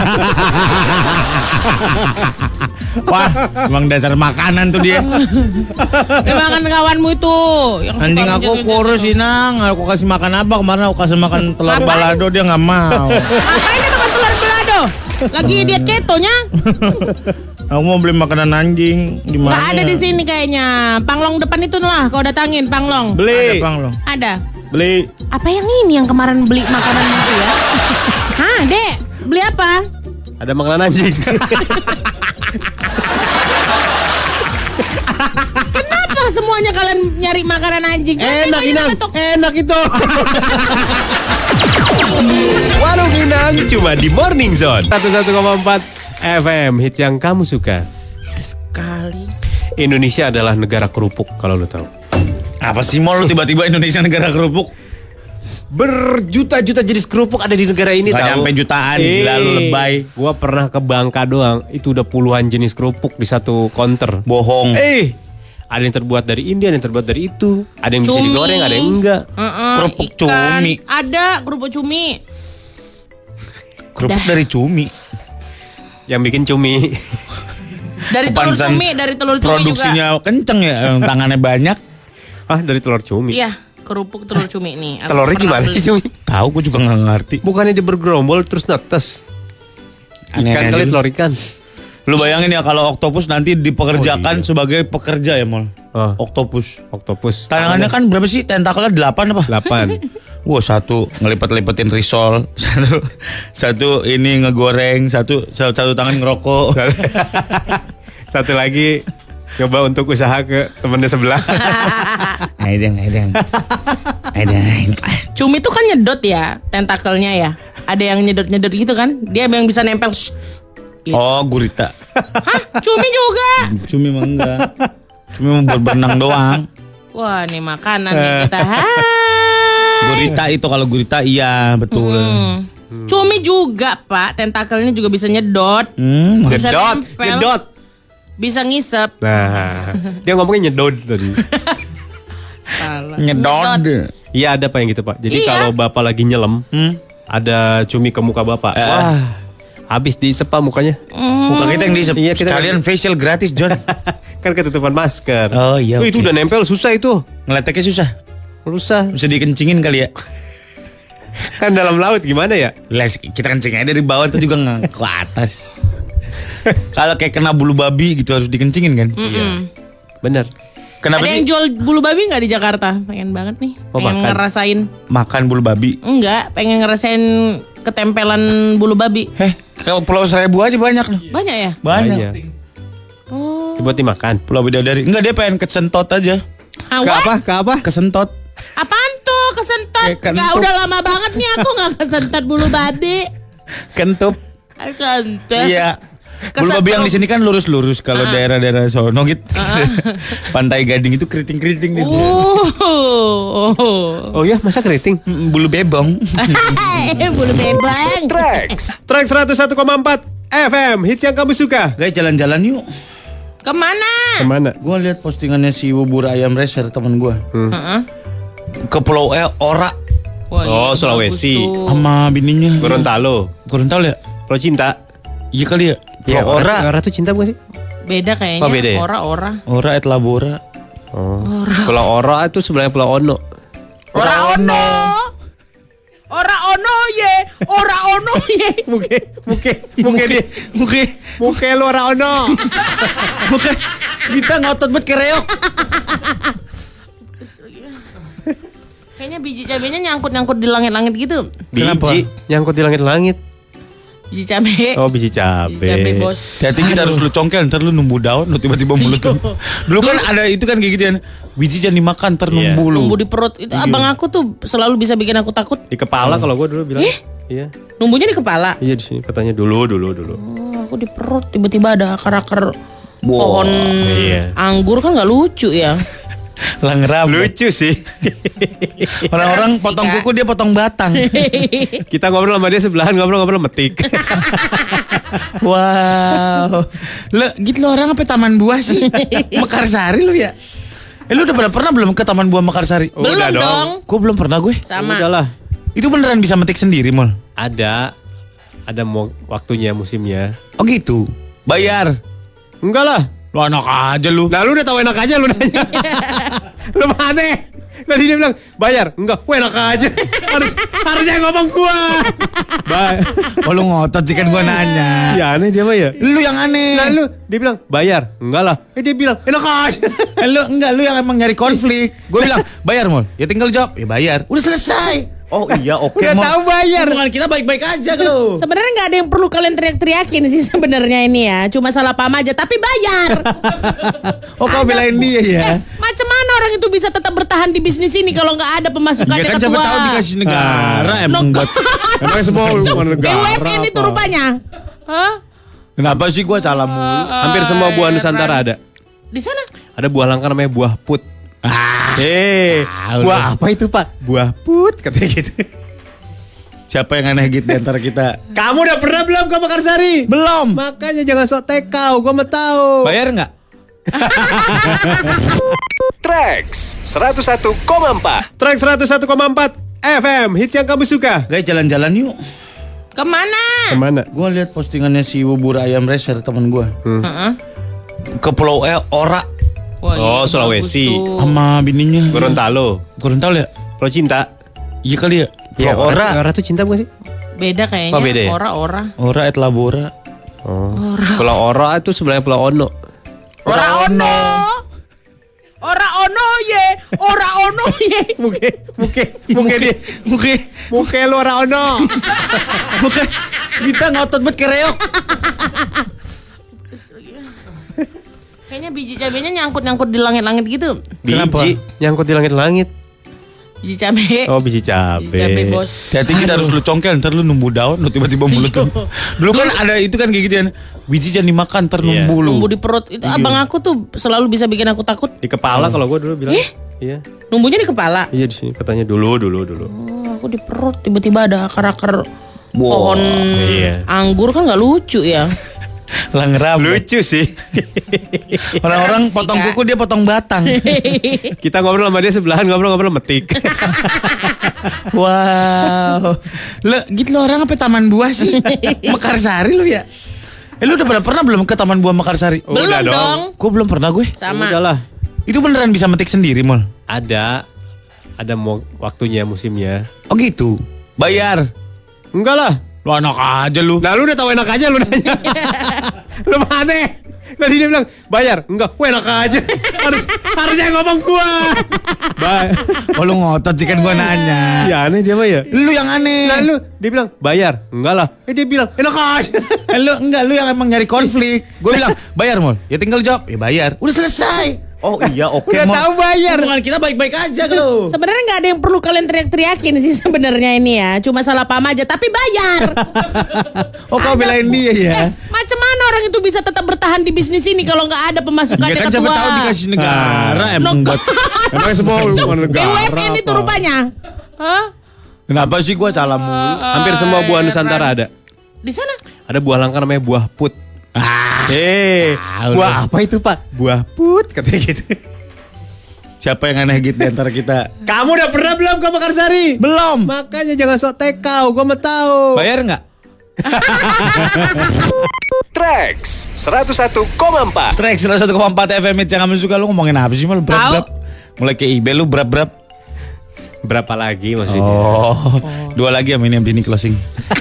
Wah, emang dasar makanan tuh dia. Dimakan kawanmu itu. Yang suka Anjing aku ngejes-ngejes kurus, itu. Inang. Aku kasih makan apa kemarin? Aku kasih makan telur Ngapain? balado, dia nggak mau. Ngapain dia makan telur balado? Lagi diet ketonya? Aku mau beli makanan anjing di mana? Nggak ada di sini kayaknya. Panglong depan itu lah, kau datangin Panglong. Ada Beli. bang loh. Ada. Beli. Apa yang ini yang kemarin beli makanan itu ya? Hah, Dek? Beli apa? Ada makanan anjing. Kenapa semuanya kalian nyari makanan anjing? Enak Ini Inang. apa tuh? Enak itu. Warung Inang cuma di Morning Zone. seratus satu koma empat F M, hits yang kamu suka. Sekali. Indonesia adalah negara kerupuk kalau lu tahu. Apa sih mau lu tiba-tiba Indonesia negara kerupuk? Berjuta-juta jenis kerupuk ada di negara ini. Gak tahu. nyampe jutaan, gila lu lebay. Gua pernah ke Bangka doang, itu udah puluhan jenis kerupuk di satu counter. Bohong. Eh, ada yang terbuat dari India, ada yang terbuat dari itu. Ada yang bisa Cumi. digoreng, ada yang enggak. Mm-mm, Kerupuk ikan. cumi. Ada kerupuk cumi. Kerupuk Dah. dari cumi. Yang bikin cumi. Dari telur Kepansan cumi, dari telur cumi Produksinya juga. kenceng ya, eh, tangannya banyak. Ah, dari telur cumi. Iya, kerupuk telur cumi nih. Aku Telurnya pernah gimana beli. sih cumi? Tahu gue juga nggak ngerti. Bukannya dia bergerombol terus netes. Aneh-aneh Ikan kali aja lu. telur ikan. Lu bayangin ya kalau oktopus nanti dipekerjakan Oh, iya. sebagai pekerja ya, Mol. Oh. Oktopus. Oktopus. Tangannya kan berapa sih? Tentakelnya delapan apa? delapan. Wah, satu ngelipet-lipetin risol, satu satu ini ngegoreng, satu satu, satu tangan ngerokok. Satu lagi coba untuk usaha ke temennya sebelah. Aideng, aideng. Aideng. Cumi tuh kan nyedot ya tentakelnya ya. Ada yang nyedot-nyedot gitu kan. Dia yang bisa nempel. Shh. Gitu. Oh, gurita. Hah? Cumi juga. Cumi mah enggak. Cumi mau berenang doang. Wah, nih makanan nih kita. Ha. Gurita itu kalau gurita iya, betul. Hmm. Cumi juga, Pak. Tentakelnya juga bisa nyedot. Hmm, Bisa Nyedot, nempel. nyedot. Bisa ngisep. Nah, dia ngomongnya nyedot tadi. Salah. nyedot. Iya ada pak yang gitu pak. Jadi Iya. kalau bapak lagi nyelem, Hmm? ada cumi ke muka bapak. Eh. Wah, habis diisep pak mukanya. Muka kita yang diisep. Iya, kita- Sekalian facial gratis, John. Kan ketutupan masker. Oh, iya, Wih, itu oke. udah nempel susah itu. Ngeleteknya susah. Susah. Bisa dikencingin kali ya. Kan dalam laut gimana ya? Les, kita kencing aja dari bawah tuh juga nggak ke atas. Kalau kayak kena bulu babi gitu harus dikencingin kan? Mm-mm. Bener. Kenapa Ada sih yang jual bulu babi nggak di Jakarta? Pengen banget nih. Oh, pengen makan. ngerasain. makan bulu babi? Enggak, pengen ngerasain ketempelan bulu babi. Heh, kalau Pulau Seribu aja banyak loh. Banyak ya? Banyak. Oh. Dibuat dimakan. Pulau Bidadari. Enggak, dia pengen kesentot aja. Ah, Ke what? apa? Ke apa? Kesentot. Apaan tuh kesentot? Kayak kentut. Nggak, udah lama banget nih aku nggak kesentot bulu babi. Kentup. Kesentot. Iya. Bulu babi yang di sini kan lurus-lurus kalau daerah-daerah sono gitu. Pantai Gading itu keriting-keriting dia. Oh. Oh ya, masa keriting? Mm, Bulu bebong. Bulu bebang. Tracks. Track seratus satu koma empat F M, hits yang kamu suka. Guys, jalan-jalan yuk. Kemana? Kemana? Gua lihat postingannya si Bubur Ayam Racer teman gua. Heeh. Ke Pulau El Ora Wah, Oh, iya, Sulawesi. bagus tuh. sama bininya. Gorontalo. Gorontalo ya? Kalau cinta. Iya kali ya. Iya, Pulau Ora. Ora tuh cinta bukan sih? Beda kayaknya. Oh, beda ya? Ora-ora. Ora et Labora. Oh. Pulau Ora itu sebelahnya Pulau Ono. Ora ono. Ora ono ye. Ora ono ye. Muke, muke, muke dia. Muke, Muke lu Ora Ono. muke. Kita ngotot banget kereok. Kayaknya biji cabenya nyangkut-nyangkut di langit-langit gitu. Biji nyangkut di langit-langit. Biji cabe. Oh, biji Biji cabe, cabe. bos. Hati kita harus lu congkel, ntar lu numbu daun, lu tiba-tiba mulut lu. Dulu kan ada itu kan kayak gitu kan. Biji jangan dimakan, ntar Iya. numbu lu. Numbu di perut. Itu abang aku tuh selalu bisa bikin aku takut. Di kepala kalau gue dulu bilang. Iya. Numbunya di kepala. Iya di sini katanya dulu dulu dulu. Oh, aku di perut tiba-tiba ada akar-akar Wow. pohon Iya. anggur kan nggak lucu ya. Lah ngerambut. Lucu sih. Orang-orang Serasi, potong Kak. kuku, dia potong batang. Kita ngobrol sama dia sebelahan ngobrol-ngobrol metik. Wow. Lo gitu lo orang apa taman buah sih? Mekarsari lu ya? Eh lu udah pernah, pernah belum ke taman buah Mekarsari? Belum Udah dong. Gue belum pernah gue. Sama. Udahlah. Itu beneran bisa metik sendiri, Mol? Ada ada mau waktunya musimnya. Oh gitu. Bayar. Enggak lah. Lu anak aja lu. Nah lu udah tahu enak aja lu nanya. Lu mana? Tadi dia bilang bayar. Enggak, gue enak aja. Harus harusnya ngomong gua. Ba- Oh lu ngotot sih kan gue nanya. ya aneh dia mah ya. Lu yang aneh. Nah lu dia bilang bayar. Enggak lah. Eh dia bilang enak aja. Eh, lu enggak, lu yang emang nyari konflik. Gue bilang bayar, Mol. Ya tinggal jawab. Ya bayar. Udah selesai. Oh iya, oke, Udah Mol. tahu bayar. Hubungan kita baik-baik aja lu. Sebenarnya nggak ada yang perlu kalian teriak-teriakin sih sebenarnya ini ya. Cuma salah paham aja. Tapi bayar. Oh kau belain dia ya? Eh, macam mana orang orang itu bisa tetap bertahan di bisnis ini kalau nggak ada pemasukannya Ya kan ketua? siapa tahu dikasih negara emang Loh, buat. Emang semua hubungan B negara U M N itu apa? rupanya. Hah? Kenapa sih gua salah mulu? Hampir semua buah Nusantara ada. Di sana? Ada buah langka namanya buah put. Ah, Eh, udah. buah apa itu Pak? Buah put katanya gitu. siapa yang aneh gitu di antara kita? Kamu udah pernah belum ke Mekarsari? Belum. Makanya jangan sok tekau, gue mau tahu. Bayar nggak? Trax seratus satu koma empat. Track seratus satu koma empat F M, hits yang kamu suka. Guys, jalan-jalan yuk. Kemana? Kemana? Gua lihat postingannya si bubur ayam racer teman gua. Heeh. Ke Pulau El Ora Wah, Oh, itu Sulawesi. bagus tuh. sama bininya. Gorontalo. Gorontalo ya? Kalau cinta. Iya kali ya. Iya, Pulau Ora. Ora tuh cinta bukan sih? Beda kayaknya. Oh, beda ya? Ora-ora. Ora et Labora. Oh. Pulau Ora itu sebenarnya Pulau Ono. Ora ono. Ora ono ye. Ora ono ye. Muke, muke, muke dia. Muke, Muke lu Ora Ono. muke. Kita ngotot banget kereok. Kayaknya biji cabenya nyangkut-nyangkut di langit-langit gitu. Biji nyangkut di langit-langit. Biji cabe. Oh, biji Biji cabe, cabe. bos. Hati-hati kita harus lu congkel, ntar lu numbu daun, lu tiba-tiba mulut lu. Dulu kan ada itu kan kayak gitu kan. Biji jangan dimakan, ntar Iya. numbu lu. Numbu di perut. Itu abang aku tuh selalu bisa bikin aku takut. Di kepala kalau gue dulu bilang. Iya. Numbunya di kepala. Iya di sini katanya dulu dulu dulu. Oh, aku di perut tiba-tiba ada akar-akar Wow. pohon Iya. anggur kan nggak lucu ya. Lang rambut. Lucu sih. Orang-orang Serem sih, potong Kak. kuku dia potong batang. Kita ngobrol sama dia sebelahan ngobrol-ngobrol metik. Wow. Lo gitu lo orang apa taman buah sih? Mekarsari lu ya? Eh lu udah pernah pernah belum ke taman buah Mekarsari? Belum Udah dong. Gue belum pernah gue. Sama. Udahlah. Itu beneran bisa metik sendiri, Mol? Ada ada mau waktunya musimnya. Oh gitu. Bayar. Enggak lah. Lu anak aja lu. Nah lu udah tahu enak aja lu nanya. Lu mana? Tadi dia bilang bayar. Enggak, gue enak aja. Harus harusnya ngomong gua. Ba- Oh lu ngotot sih kan gue nanya. ya aneh dia mah ya. Lu yang aneh. Nah lu dia bilang bayar. Enggak lah. Eh dia bilang enak aja. Eh, lu enggak, lu yang emang nyari konflik. Gue bilang bayar, Mol. Ya tinggal jawab. Ya bayar. Udah selesai. Oh iya, oke, Udah Mol. tahu bayar. Hubungan kita baik-baik aja lu. Sebenarnya nggak ada yang perlu kalian teriak-teriakin sih sebenarnya ini ya. Cuma salah paham aja. Tapi bayar. Oh kau belain dia ya? Eh, macam mana orang itu bisa tetap bertahan di bisnis ini kalau nggak ada pemasukannya Ya kan ketua? siapa tahu dikasih negara emang Loh, buat. Emang semua hubungan B negara. U M N itu apa? rupanya. Hah? Kenapa sih gua salah mulu? Hampir semua buah Nusantara ada. Di sana? Ada buah langka namanya buah put. Ah, Eh, udah. buah apa itu Pak? Buah put katanya gitu. siapa yang aneh gitu di antara kita? Kamu udah pernah belum ke Mekarsari? Belum. Makanya jangan sok tekau, gue mau tahu. Bayar nggak? Trax seratus satu koma empat. Track seratus satu koma empat F M yang kamu suka. Lu ngomongin apa sih, Mal? Brap-brap. Mulai ke I B lu brap-brap. Berapa lagi maksudnya? Oh, dua lagi sama ini abis ini closing.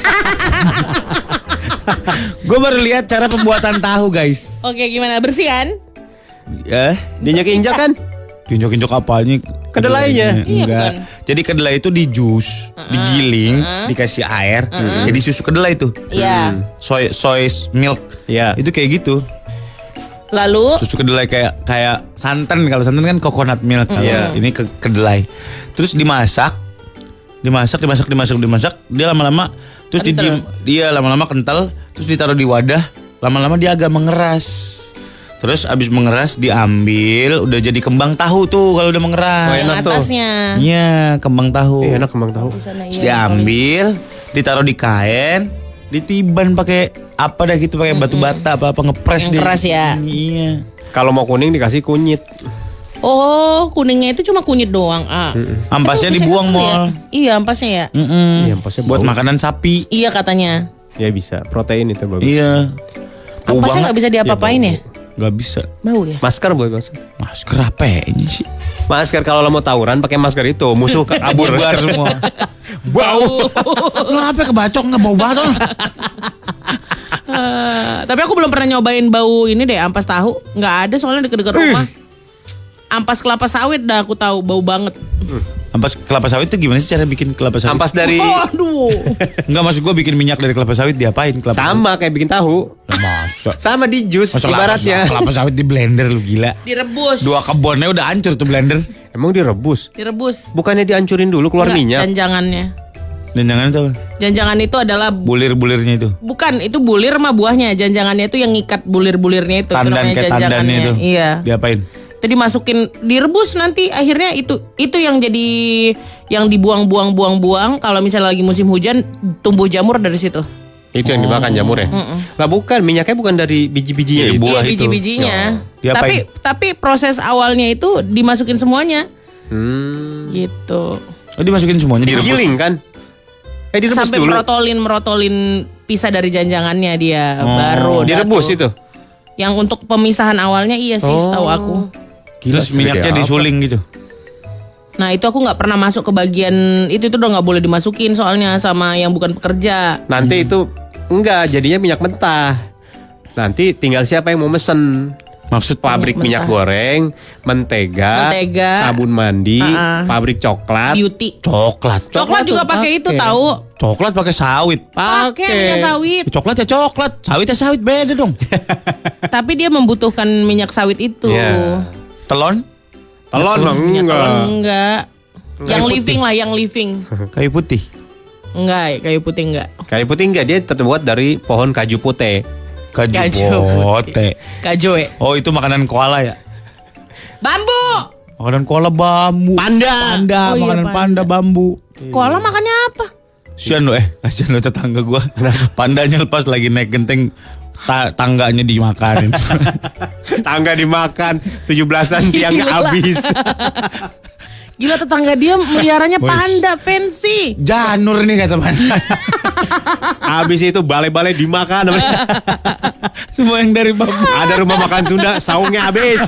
Gue baru lihat cara pembuatan tahu, guys. Oke, gimana? Bersih kan? Ya, Diinjak-injak kan? diinjak-injak apanya? Kedelainya. Iya, Enggak. bukan. Jadi kedelai itu di jus, digiling, dikasih air, jadi susu kedelai tuh. Iya. Soy soy milk. Iya. Itu kayak gitu. Lalu Susu kedelai kayak kayak santan. Kalau santan kan coconut milk. Iya. Ini ke kedelai. Terus dimasak. Dimasak, dimasak, dimasak, dimasak. Dia lama-lama terus Kental. didiem, dia lama-lama kental, terus ditaruh di wadah. Lama-lama dia agak mengeras. Terus abis mengeras diambil, udah jadi kembang tahu tuh kalau udah mengeras. yang enak tuh. atasnya. Iya, kembang tahu. Eh, enak kembang tahu. Di sana, Terus iya, diambil, ditaruh di kain, ditiban pakai apa dah gitu, pakai batu bata apa apa ngepres Yang deh. keras ya. Iya. Kalau mau kuning dikasih kunyit. Oh, kuningnya itu cuma kunyit doang. Ah. Ampasnya Tapi dibuang, bagusnya Mol. ya? Iya, ampasnya ya. Mm-mm. Iya, ampasnya Buat bau. makanan sapi. Iya katanya. Ya bisa, protein itu bagus. Iya. Bau Ampasnya nggak banget. bisa diapa-apain ya? Nggak bisa. Bau ya? Masker buat masker. Masker apa ya ini sih? Masker kalau lo mau tawuran pakai masker itu, musuh kabur. Bubar semua. Bau. Lu apa kebacok nggak bau banget? Ol? Eh, tapi aku belum pernah nyobain bau ini deh, ampas tahu. Nggak ada soalnya deket-deket rumah. Ampas kelapa sawit dah aku tahu bau banget. Ampas kelapa sawit itu gimana sih cara bikin kelapa sawit? Ampas dari Oh, aduh. Enggak, maksud gue bikin minyak dari kelapa sawit diapain kelapa sama kayak bikin tahu. sawit? Masa? Sama di jus Masa kelapa, ibaratnya. kelapa sawit di blender lu gila. Direbus. Dua kebunnya udah hancur tuh blender. Emang direbus? Direbus. Bukannya dihancurin dulu keluar Enggak, minyak? Janjangannya. Jangan itu apa? Janjangan itu adalah Bulir-bulirnya itu. bukan, itu bulir mah buahnya. Janjangannya itu yang ngikat bulir-bulirnya itu. Itu Tandan namanya kayak tandannya janjangannya. itu. Iya. Diapain? Itu dimasukin, direbus nanti akhirnya itu itu yang jadi yang dibuang-buang-buang-buang. Kalau misalnya lagi musim hujan, tumbuh jamur dari situ. Itu yang dimakan jamurnya? Lah bukan, minyaknya bukan dari biji-bijinya Dari itu. buah Iya, itu. biji-bijinya. Ya. Tapi Diapain? tapi proses awalnya itu dimasukin semuanya. Hmm. Gitu. Oh, dimasukin semuanya direbus. Digiling kan? Eh direbus Sampai dulu. merotolin merotolin pisah dari janjangannya dia baru Direbus dah tuh. itu. Yang untuk pemisahan awalnya iya sih, Oh. setahu aku. Terus segede minyaknya apa? disuling gitu. Nah itu aku nggak pernah masuk ke bagian itu, itu udah nggak boleh dimasukin soalnya sama yang bukan pekerja. Nanti itu enggak, jadinya minyak mentah. Nanti tinggal siapa yang mau mesen. Maksud Pabrik Minyak minyak, goreng, mentega, Mentega. sabun mandi, Uh-uh. pabrik coklat. Beauty. coklat. Coklat juga tuh pakai itu pakai. tahu. Coklat pakai sawit. Pakai minyak sawit. Coklat ya coklat, sawit ya sawit, beda dong. Tapi dia membutuhkan minyak sawit itu. Iya. Telon, Telon dong, Minyak enggak. telon enggak. Yang putih. living lah, yang living. kayu putih. Enggak, kayu putih enggak. Kayu putih enggak, dia terbuat dari pohon kaju putih. Kaju, Kaju pote. Kajoe. Oh, itu makanan koala ya? Bambu. Makanan koala bambu. Panda. Panda, Oh iya, makanan panda. panda. bambu. Koala makannya apa? Kasian lo eh, kasian lo tetangga gua. Pandanya lepas lagi naik genteng, ta- tangganya dimakanin. Tangga dimakan, tujuh belasan tiangnya Gila. habis. Gila, tetangga dia meliharanya Wes. panda fancy. Janur nih kata panda. Habis itu balai-balai dimakan. Semua yang dari bambu. Ada rumah makan Sunda, saungnya habis.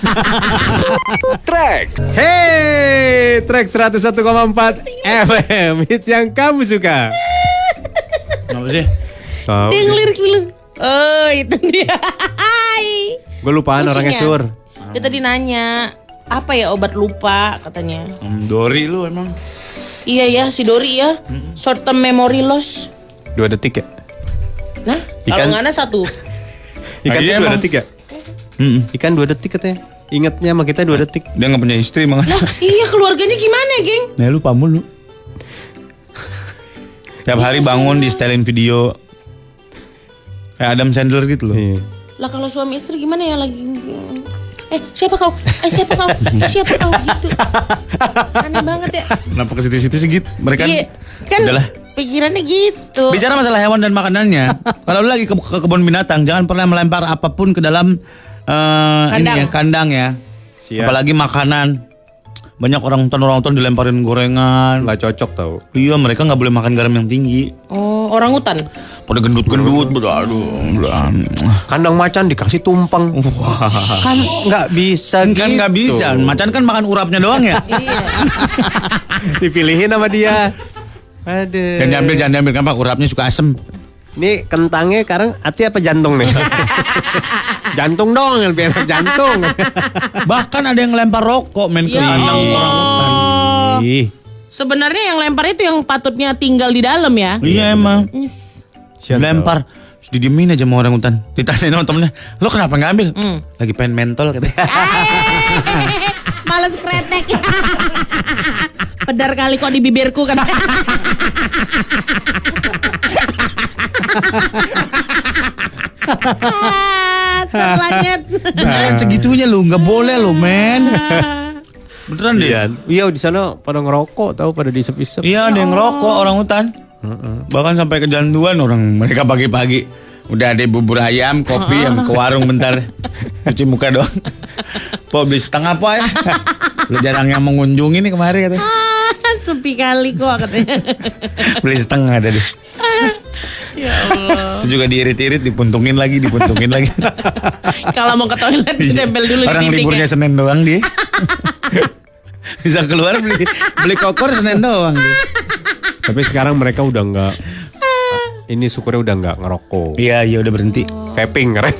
Trax, Hey, track seratus satu koma empat F M, hits yang kamu suka. Kenapa sih? Tahu. Dia ngelirik dulu. Oh, itu dia. Hai. Gue lupaan Pusing orangnya ya? sur. Dia tadi nanya, apa ya obat lupa katanya. Hmm, Dori lu emang. Iya ya, si Dori ya. Short term memory loss. Dua detik ya. Nah, Ikan- kalau nggak ada satu. Ikan Ah, tuh iya dua emang. detik ya. Mm-mm. Ikan dua detik katanya. Ingatnya sama kita dua detik. Dia nggak punya istri makanya. Lah, iya keluarganya gimana, geng? Nah lu pamul lu. Tiap hari bangun di setelin video kayak Adam Sandler gitu loh. Iya. Lah kalau suami istri gimana ya lagi? Eh siapa kau? Eh siapa kau? Eh siapa kau? Gitu. Aneh banget ya. Kenapa ke situ-situ sih gitu? Mereka Iya, kan udahlah. pikirannya gitu. Bicara masalah hewan dan makanannya, kalau lu lagi ke, ke kebun binatang, jangan pernah melempar apapun ke dalam eh, ini Kandang. ya, kandang ya. Siap. Apalagi makanan. Banyak orang hutan-orang hutan dilemparin gorengan. Nggak cocok tau. Iya, mereka nggak boleh makan garam yang tinggi. Oh, orang hutan. Pada gendut-gendut, aduh. Kandang macan dikasih tumpeng. Kan nggak bisa Kan gitu. nggak bisa, macan kan makan urapnya doang ya. Iya. Dipilihin sama dia. Aduh. Jangan diambil, jangan diambil kan Pak, urapnya suka asem. Ini kentangnya sekarang hati apa jantung nih? Jantung dong, lebih enak jantung. Bahkan ada yang lempar rokok main ke Ya kandang Allah. orang hutan. Ih, Sebenarnya yang lempar itu yang patutnya tinggal di dalam ya. Iya emang. Is. sian Lempar. Terus didiemin aja sama orang hutan. Ditanyain sama temennya, lo kenapa ngambil? Hmm. Lagi pengen mentol katanya. Males kretek. Pedar kali kok di bibirku kan. Ah, terlanjut. Men, segitunya lo, nggak boleh lo men. Beneran deh. Iya, iya di sana pada ngerokok tahu pada disep-isep. Iya ada yang ngerokok orang hutan. Bahkan sampai kecanduan orang mereka pagi-pagi. Udah ada bubur ayam, kopi, yang ke warung bentar. Cuci muka doang. Po beli setengah po ya. Lu jarang yang mengunjungi nih kemarin katanya. Ah, sepi kali kok katanya. Beli setengah tadi. Ya Allah. Itu juga diirit-irit, dipuntungin lagi, dipuntungin lagi. Kalau mau ke toilet ditempel dulu Orang di titik liburnya ya. Senin doang dia. Bisa keluar beli beli kokor Senin doang dia. Tapi sekarang mereka udah nggak. Ini syukurnya udah nggak ngerokok. Iya, iya udah berhenti. Vaping keren.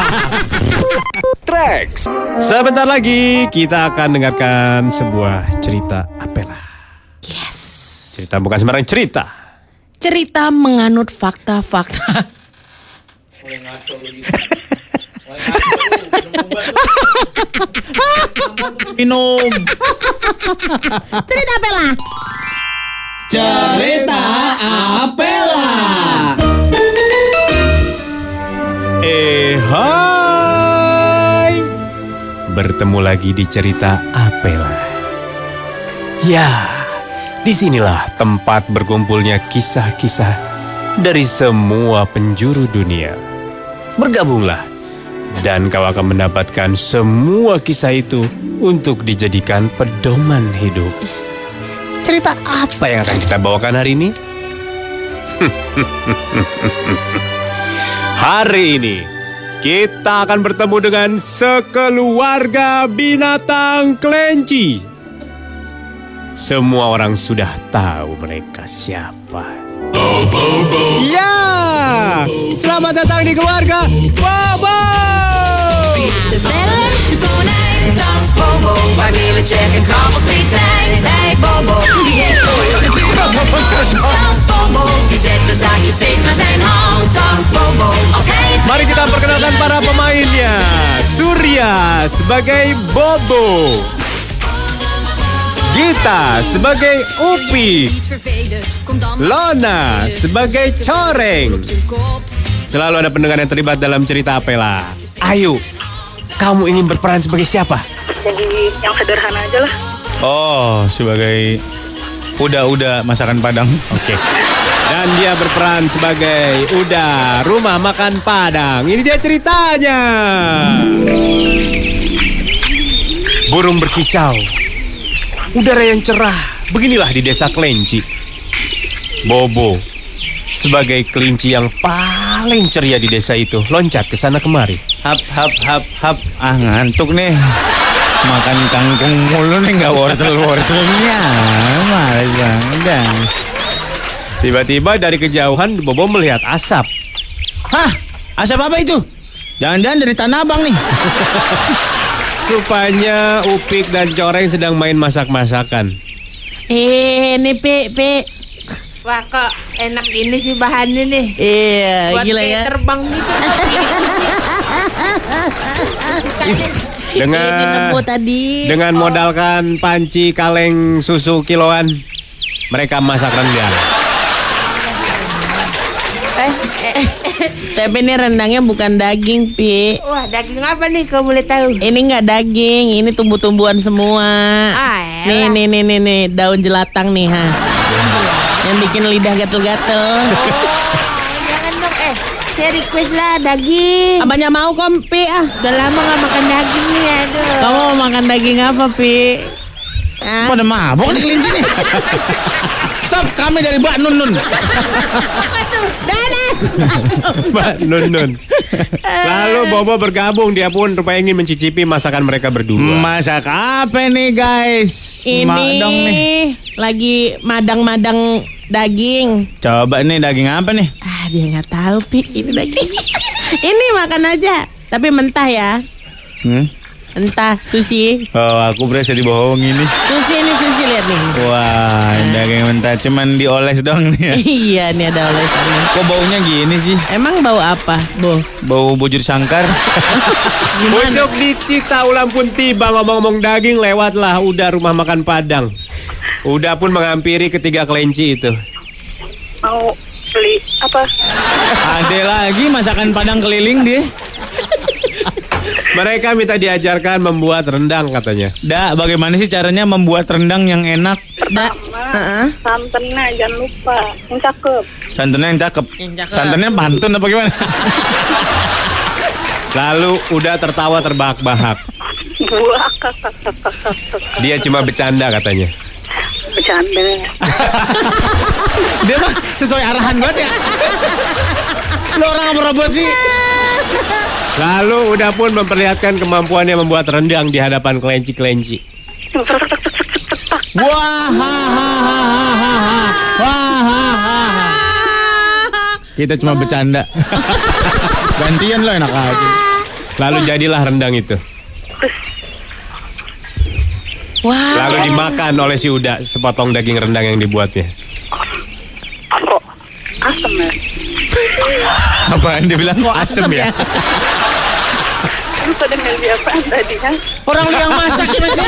Trax, Sebentar lagi kita akan dengarkan sebuah cerita Apela. Yes. Cerita bukan sembarang cerita. Cerita menganut fakta-fakta. Minum. Cerita Apela. Cerita Apela. Eh, hai. Bertemu lagi di Cerita Apela. Ya, disinilah tempat berkumpulnya kisah-kisah dari semua penjuru dunia. Bergabunglah, dan kau akan mendapatkan semua kisah itu untuk dijadikan pedoman hidup. Cerita apa yang akan kita bawakan hari ini? Hari ini kita akan bertemu dengan sekeluarga binatang kelinci. Semua orang sudah tahu mereka siapa. Ya, selamat datang di keluarga Bobo. De bellen, de konijn, dat is Bobo. Wij willen check en krabbel steeds zijn. Bij Bobo, die heeft nooit de buurman in hand. Dat is Bobo, die zet de zaakjes steeds naar zijn hand. Dat is Bobo, als hij het Mari kita perkenalkan para pemainnya. Surya sebagai Bobo, Gita sebagai Upi, niet vervelen. Kom dan Lona sebagai Coreng. Selalu ada pendengar yang terlibat dalam Cerita Apela. Ayo, kamu ingin berperan sebagai siapa? Jadi yang sederhana aja lah. Oh, sebagai udah-udah masakan Padang. Oke. Dan dia berperan sebagai Uda, rumah makan Padang. Ini dia ceritanya. Burung berkicau, udara yang cerah. Beginilah di desa Kelinci. Bobo sebagai kelinci yang paling ceria di desa itu loncat ke sana kemari. Hap hap hap hap. Ah, ngantuk nih. Makan kangkung mulu nih, nggak wortel-wortelnya. Males banget. Tiba-tiba dari kejauhan Bobo melihat asap. Hah? Asap apa itu? Jangan-jangan dari Tanah Abang nih. Rupanya Upik dan Coreng sedang main masak-masakan. Eh, nih Pi, Pi. Wah, kok enak ini sih bahannya nih. Iya, Buat gila kayak ya. terbang gitu. Dengan Ini nemu tadi. dengan modalkan panci kaleng susu kiloan, mereka masak rendang. Eh, eh, Tapi ini rendangnya bukan daging, Pi. wah, daging apa nih kalau boleh tahu? Ini nggak daging, ini tumbuh-tumbuhan semua. Ah, Nih, elah. nih, nih, nih, nih, daun jelatang nih, ha. Yang bikin lidah gatel-gatel. Oh, jangan dong, eh. Saya request lah daging. Abangnya mau kok, Pi, ah. Udah lama gak makan daging nih, aduh. Kamu mau makan daging apa, Pi? Ah? Pada mabok nih kelinci nih. Stop, kami dari Mbak Nun Nun. Apa tuh? Dana. Mbak Nun Nun. Lalu Bobo bergabung, dia pun rupanya ingin mencicipi masakan mereka berdua. Masak apa nih, guys? Ini Madang nih. lagi madang-madang daging. Coba nih daging apa nih? Ah, dia nggak tahu, Pi. Ini daging. Ini makan aja, tapi mentah ya. Hmm? Entah, sushi. Oh, aku berasa dibohongin nih. Sushi ini sushi, lihat nih. Wah, daging mentah cuman dioles dong nih ya. Iya, nih ada olesannya. Kok baunya gini sih? Emang bau apa, Bo? Bau bujur sangkar. Pucuk di Citaulam pun tiba, ngomong-ngomong daging lewatlah Uda rumah makan Padang. Uda pun menghampiri ketiga kelinci itu. Mau beli apa? Ada lagi masakan Padang keliling dia. Mereka minta diajarkan membuat rendang katanya. Da, bagaimana sih caranya membuat rendang yang enak? Da, Pertama, Heeh. santannya jangan lupa. Yang cakep. Santannya yang cakep. Yang cakep. Santannya pantun apa gimana? Lalu Uda tertawa terbahak-bahak. Buah. Dia cuma bercanda katanya. Bercanda. Dia mah sesuai arahan banget ya. Lo orang apa robot sih? Lalu Uda pun memperlihatkan kemampuannya membuat rendang di hadapan kelinci-kelinci. Wah, ha, ha, ha, ha, ha, ha. Wah, ha, ha, ha. Kita cuma bercanda. Gantian lo enak aja. Lalu jadilah rendang itu. Wah. Lalu dimakan oleh si Uda sepotong daging rendang yang dibuatnya. Kok asem ya? Apaan dia bilang kok asem ya? Lu pada ngasih apaan tadi, ha? Orang lu yang masak ya masih.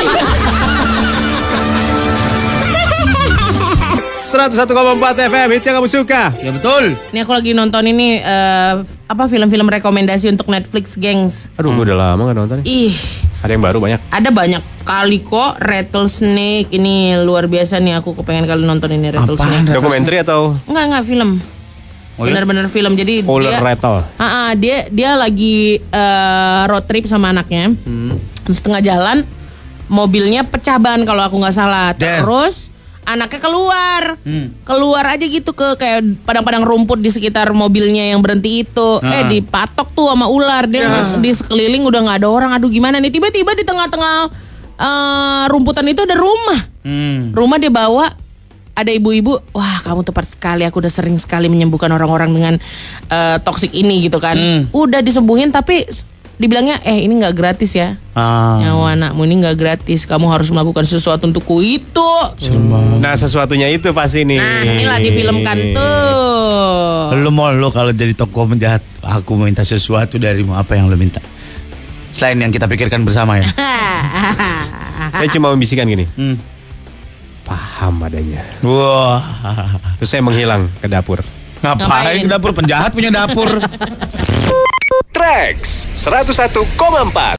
seratus satu koma empat F M, hits yang kamu suka. Ya betul. Ini aku lagi nonton ini eh, apa film-film rekomendasi untuk Netflix, gengs. Aduh, gue udah lama gak nonton nih. Ih, Ada yang baru banyak. ada banyak kali kok. Rattlesnake ini luar biasa nih, aku kepengen kali nonton ini Rattlesnake. Dokumenter atau Enggak enggak film. Oh, ya? Benar-benar film. Jadi Ular dia Rattle? Ah, ah, dia dia lagi eh, road trip sama anaknya. Hmm. Setengah jalan mobilnya pecah ban kalau aku nggak salah. Dan? Terus anaknya keluar. Hmm. Keluar aja gitu ke kayak padang-padang rumput di sekitar mobilnya yang berhenti itu. Ah. Eh dipatok tuh sama ular. Dia di sekeliling udah nggak ada orang. Aduh gimana nih? Tiba-tiba di tengah-tengah eh, rumputan itu ada rumah. Hmm. Rumah dia bawa, ada ibu-ibu. Wah, kamu tepat sekali. Aku udah sering sekali menyembuhkan orang-orang dengan eh, toksik ini gitu kan. Hmm. Udah disembuhin tapi s- dibilangnya eh ini nggak gratis ya. Ah. Nyawa anakmu ini nggak gratis. Kamu harus melakukan sesuatu untukku itu. Nah, sesuatunya itu pasti nih. Nah, inilah difilmkan tuh. Lu mau lu kalau jadi tokoh penjahat, aku minta sesuatu darimu, apa yang lu minta? Selain yang kita pikirkan bersama ya. Saya cuma membisikkan gini. Hmm. Paham adanya. Wah. Terus saya menghilang ke dapur. Ngapain Ngapain? ke dapur? Penjahat punya dapur. Trax seratus satu koma empat.